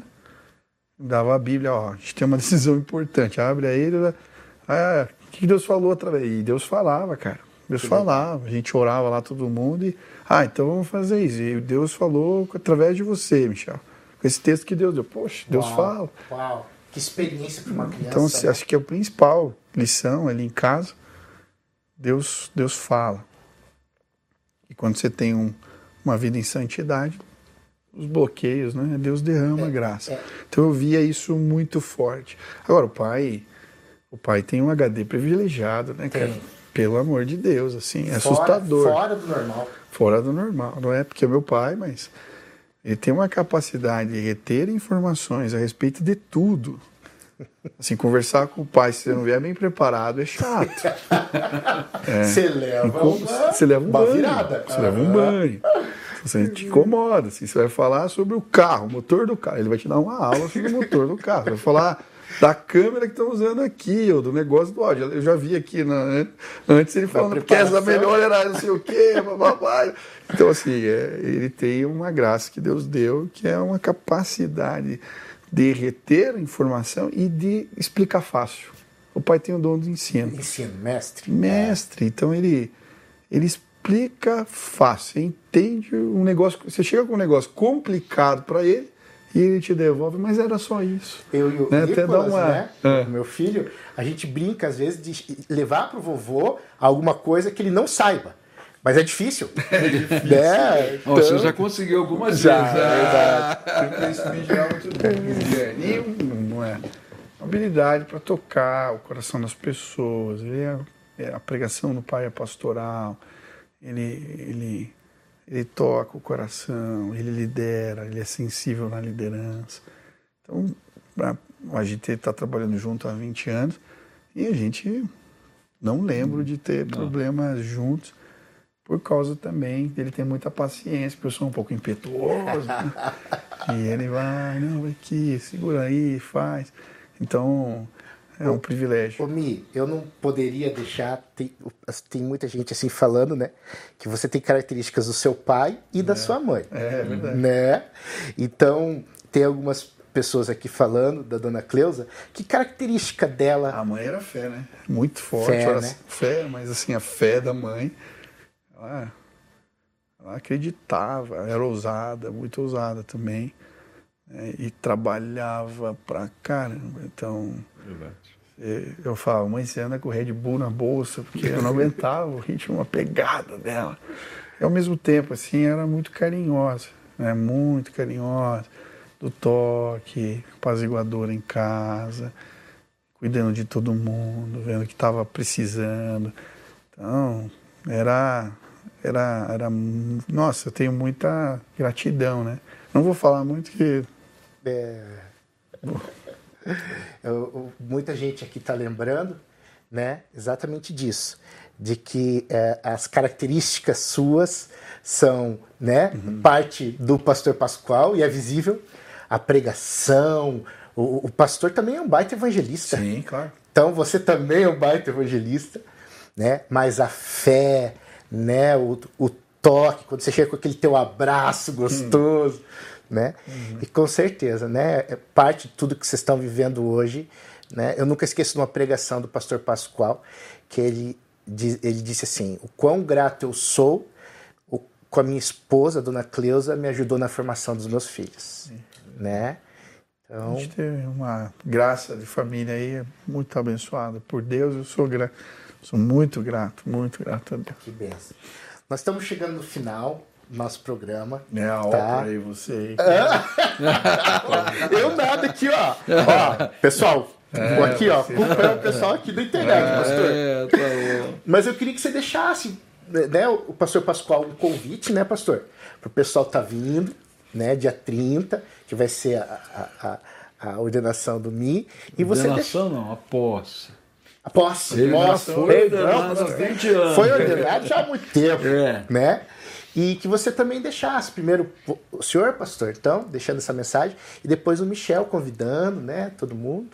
dava a Bíblia, a gente tem uma decisão importante, abre a ele, o que Deus falou outra vez? E Deus falava, cara. Deus falava, a gente orava lá todo mundo e, então vamos fazer isso. E Deus falou através de você, Michel. Com esse texto que Deus deu. Poxa, Deus fala. Uau, que experiência para uma criança. Então, acho que a principal lição ali em casa, Deus fala. E quando você tem uma vida em santidade, os bloqueios, né? Deus derrama graça. Então eu via isso muito forte. Agora, o pai tem um HD privilegiado, né, cara? Pelo amor de Deus, assim, é assustador. Fora do normal. Fora do normal, não é porque é meu pai, mas ele tem uma capacidade de reter informações a respeito de tudo. Assim, conversar com o pai, se você não vier bem preparado, é chato. Você leva uma virada. Você leva um banho. Você te incomoda. Assim, você vai falar sobre o carro, o motor do carro. Ele vai te dar uma aula sobre o motor do carro. Você vai falar da câmera que estão usando aqui, ou do negócio do áudio. Eu já vi aqui, antes ele falando que essa melhor era não sei o quê, bababá. Então, assim, ele tem uma graça que Deus deu, que é uma capacidade de reter a informação e de explicar fácil. O pai tem o dom do ensino. Ensino, mestre. Mestre. Então, ele explica fácil. Você entende um negócio, você chega com um negócio complicado para ele, e ele te devolve, mas era só isso. Eu e o né? Nicolas, até dar uma... né? Meu filho, a gente brinca às vezes de levar pro vovô alguma coisa que ele não saiba. Mas é difícil. Né? Então... Você já conseguiu algumas vezes. É isso me gerava tudo. E não é uma habilidade para tocar o coração das pessoas. A pregação no pai é pastoral. Ele toca o coração, ele lidera, ele é sensível na liderança. Então, a gente está trabalhando junto há 20 anos e a gente não lembra de ter problemas juntos, por causa também dele ter muita paciência, porque eu sou um pouco impetuoso, né? E ele vai, não, aqui, segura aí, faz. Então... é um privilégio. Ô, Mi, eu não poderia deixar, tem muita gente assim falando, né, que você tem características do seu pai e da sua mãe. É verdade. Né? Então, tem algumas pessoas aqui falando, da dona Cleusa, que característica dela... A mãe era fé, né? Muito forte. Fé, né? Fé, mas assim, a fé da mãe, ela acreditava, era ousada, muito ousada também. E trabalhava pra caramba. Então, eu falo, mãe, você anda com o Red Bull na bolsa, porque eu não aguentava o ritmo, a pegada dela. E ao mesmo tempo, assim, era muito carinhosa, né? Muito carinhosa. do toque, apaziguadora em casa, cuidando de todo mundo, vendo que estava precisando. Então, nossa, eu tenho muita gratidão, né? Não vou falar muito que... Muita gente aqui está lembrando, né, exatamente disso, de que as características suas são, né, parte do pastor Pascoal e é visível a pregação. O pastor também é um baita evangelista. Sim, claro. Então você também é um baita evangelista, né? Mas a fé, né, o toque, quando você chega com aquele teu abraço gostoso, né? E com certeza, né, é parte de tudo que vocês estão vivendo hoje, né? Eu nunca esqueço de uma pregação do pastor Pascoal, que ele disse assim: o quão grato eu sou com a minha esposa, a dona Cleusa, me ajudou na formação dos meus filhos, né? Então, a gente tem uma graça de família aí muito abençoada por Deus. Eu sou muito grato a Deus. Que benção. Nós estamos chegando no final do nosso programa. É a tá? aí você. Eu nada aqui, ó. Pessoal, aqui, ó, culpa é o pessoal aqui da internet, pastor. Tá bom. Mas eu queria que você deixasse, né, o pastor Pascoal um convite, né, pastor? Para o pessoal tá vindo, né, dia 30, que vai ser a ordenação do Mi. E você Ordenação não, a posse. A posse. Ele Nossa, foi ordenado há 20 anos. Foi ordenado já há muito tempo, É. né? E que você também deixasse, primeiro o senhor, pastor, então, deixando essa mensagem, e depois o Michel convidando, né, todo mundo.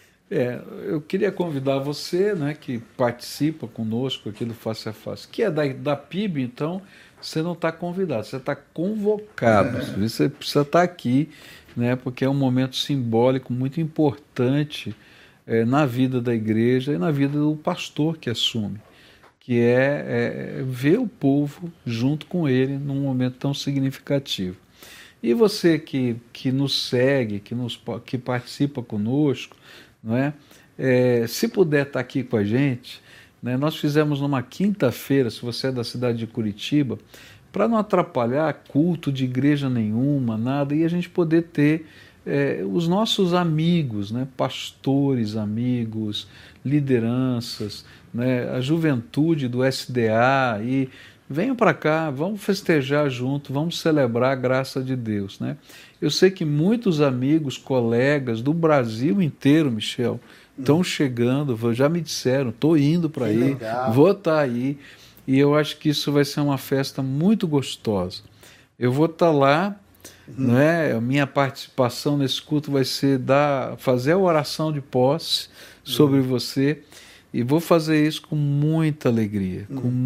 Eu queria convidar você, né, que participa conosco aqui do Face a Face, que é da PIB, então você não está convidado, você está convocado. Você precisa estar aqui, né, porque é um momento simbólico muito importante na vida da igreja e na vida do pastor que assume, que é ver o povo junto com ele num momento tão significativo. E você que nos segue, que participa conosco, não é? Se puder estar aqui com a gente, né? Nós fizemos numa quinta-feira, se você é da cidade de Curitiba, para não atrapalhar culto de igreja nenhuma, nada, e a gente poder ter os nossos amigos, né? Pastores, amigos, lideranças, né? A juventude do SDA, e venham para cá, vamos festejar junto, vamos celebrar a graça de Deus, né? Eu sei que muitos amigos, colegas do Brasil inteiro, Michel, estão chegando, já me disseram, estou indo para aí, legal. Vou estar aí, e eu acho que isso vai ser uma festa muito gostosa. Eu vou estar lá, né? A minha participação nesse culto vai ser fazer a oração de posse sobre você, e vou fazer isso com muita alegria,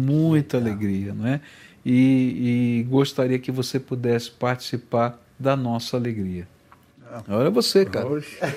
né? E gostaria que você pudesse participar da nossa alegria. Olha você, cara.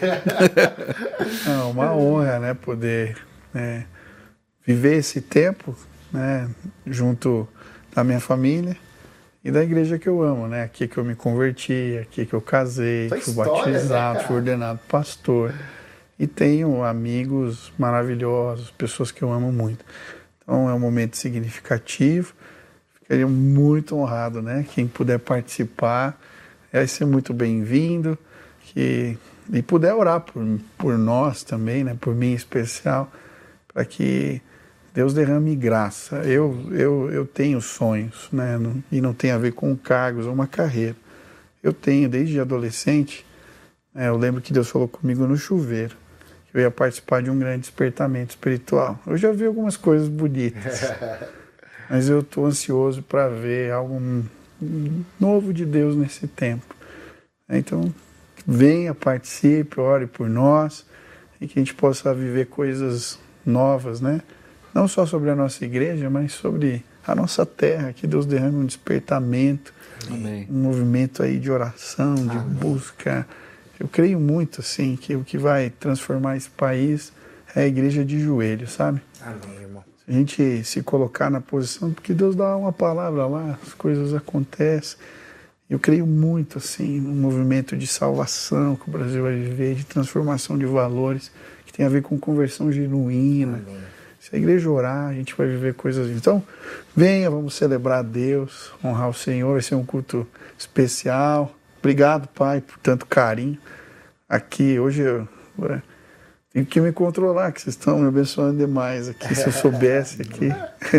É uma honra, né, poder viver esse tempo, né, junto da minha família e da igreja que eu amo, né? Aqui que eu me converti, aqui que eu casei, fui batizado, fui ordenado pastor. E tenho amigos maravilhosos, pessoas que eu amo muito. Então é um momento significativo. Ficaria muito honrado, né? Quem puder participar, vai ser muito bem-vindo. E puder orar por nós também, né? Por mim em especial, para que Deus derrame graça. Eu tenho sonhos, né? E não tem a ver com cargos ou uma carreira. Eu tenho, desde adolescente, eu lembro que Deus falou comigo no chuveiro. Eu ia participar de um grande despertamento espiritual. Eu já vi algumas coisas bonitas, mas eu estou ansioso para ver algo novo de Deus nesse tempo. Então, venha, participe, ore por nós, e que a gente possa viver coisas novas, né? Não só sobre a nossa igreja, mas sobre a nossa terra, que Deus derrame um despertamento, Amém. Um movimento aí de oração, de busca. Eu creio muito, assim, que o que vai transformar esse país é a igreja de joelhos, sabe? Amém, irmão. Se a gente se colocar na posição, porque Deus dá uma palavra lá, as coisas acontecem. Eu creio muito, assim, no movimento de salvação que o Brasil vai viver, de transformação de valores, que tem a ver com conversão genuína. Amém. Se a igreja orar, a gente vai viver coisas... Então, venha, vamos celebrar a Deus, honrar o Senhor, vai ser um culto especial, Obrigado, Pai, por tanto carinho. Aqui, hoje eu tenho que me controlar, que vocês estão me abençoando demais aqui. Se eu soubesse aqui.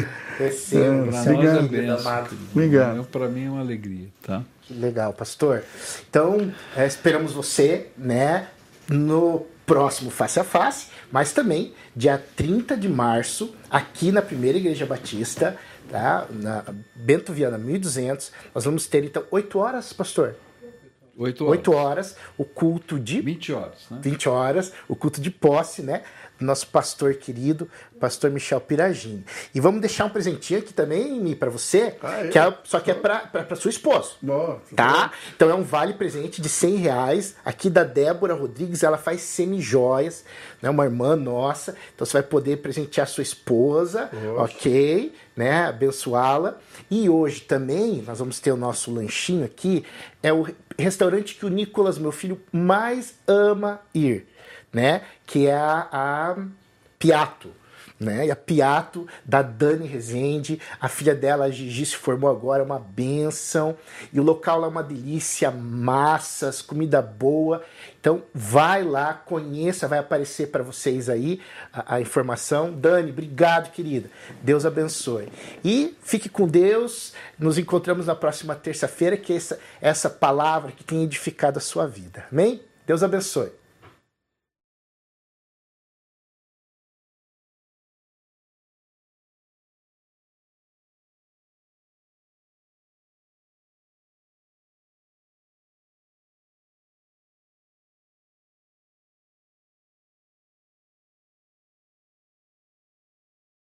Obrigado. Para mim é uma alegria, tá? Que legal, pastor. Então, esperamos você, né, no próximo Face a Face, mas também dia 30 de março, aqui na Primeira Igreja Batista, tá? Na Bento Viana 1200. Nós vamos ter, então, 8 horas, pastor? 8 horas, o culto de... 20 horas, né? 20 horas, o culto de posse, né? Do nosso pastor querido, pastor Michel Piragini. E vamos deixar um presentinho aqui também para você, só que é para sua esposa. Tá? Então é um vale-presente de R$100, aqui da Débora Rodrigues, ela faz semi-joias, né? Uma irmã nossa, então você vai poder presentear sua esposa, ok? Né? Abençoá-la. E hoje também, nós vamos ter o nosso lanchinho aqui, é o restaurante que o Nicolas, meu filho, mais ama ir, né? Que é a Piatto, né? E a Piatto da Dani Rezende, a filha dela, a Gigi, se formou agora, uma bênção, e o local lá é uma delícia, massas, comida boa. Então vai lá, conheça, vai aparecer para vocês aí a informação. Dani, obrigado, querida, Deus abençoe, e fique com Deus. Nos encontramos na próxima terça-feira, que essa palavra que tem edificado a sua vida, amém? Deus abençoe.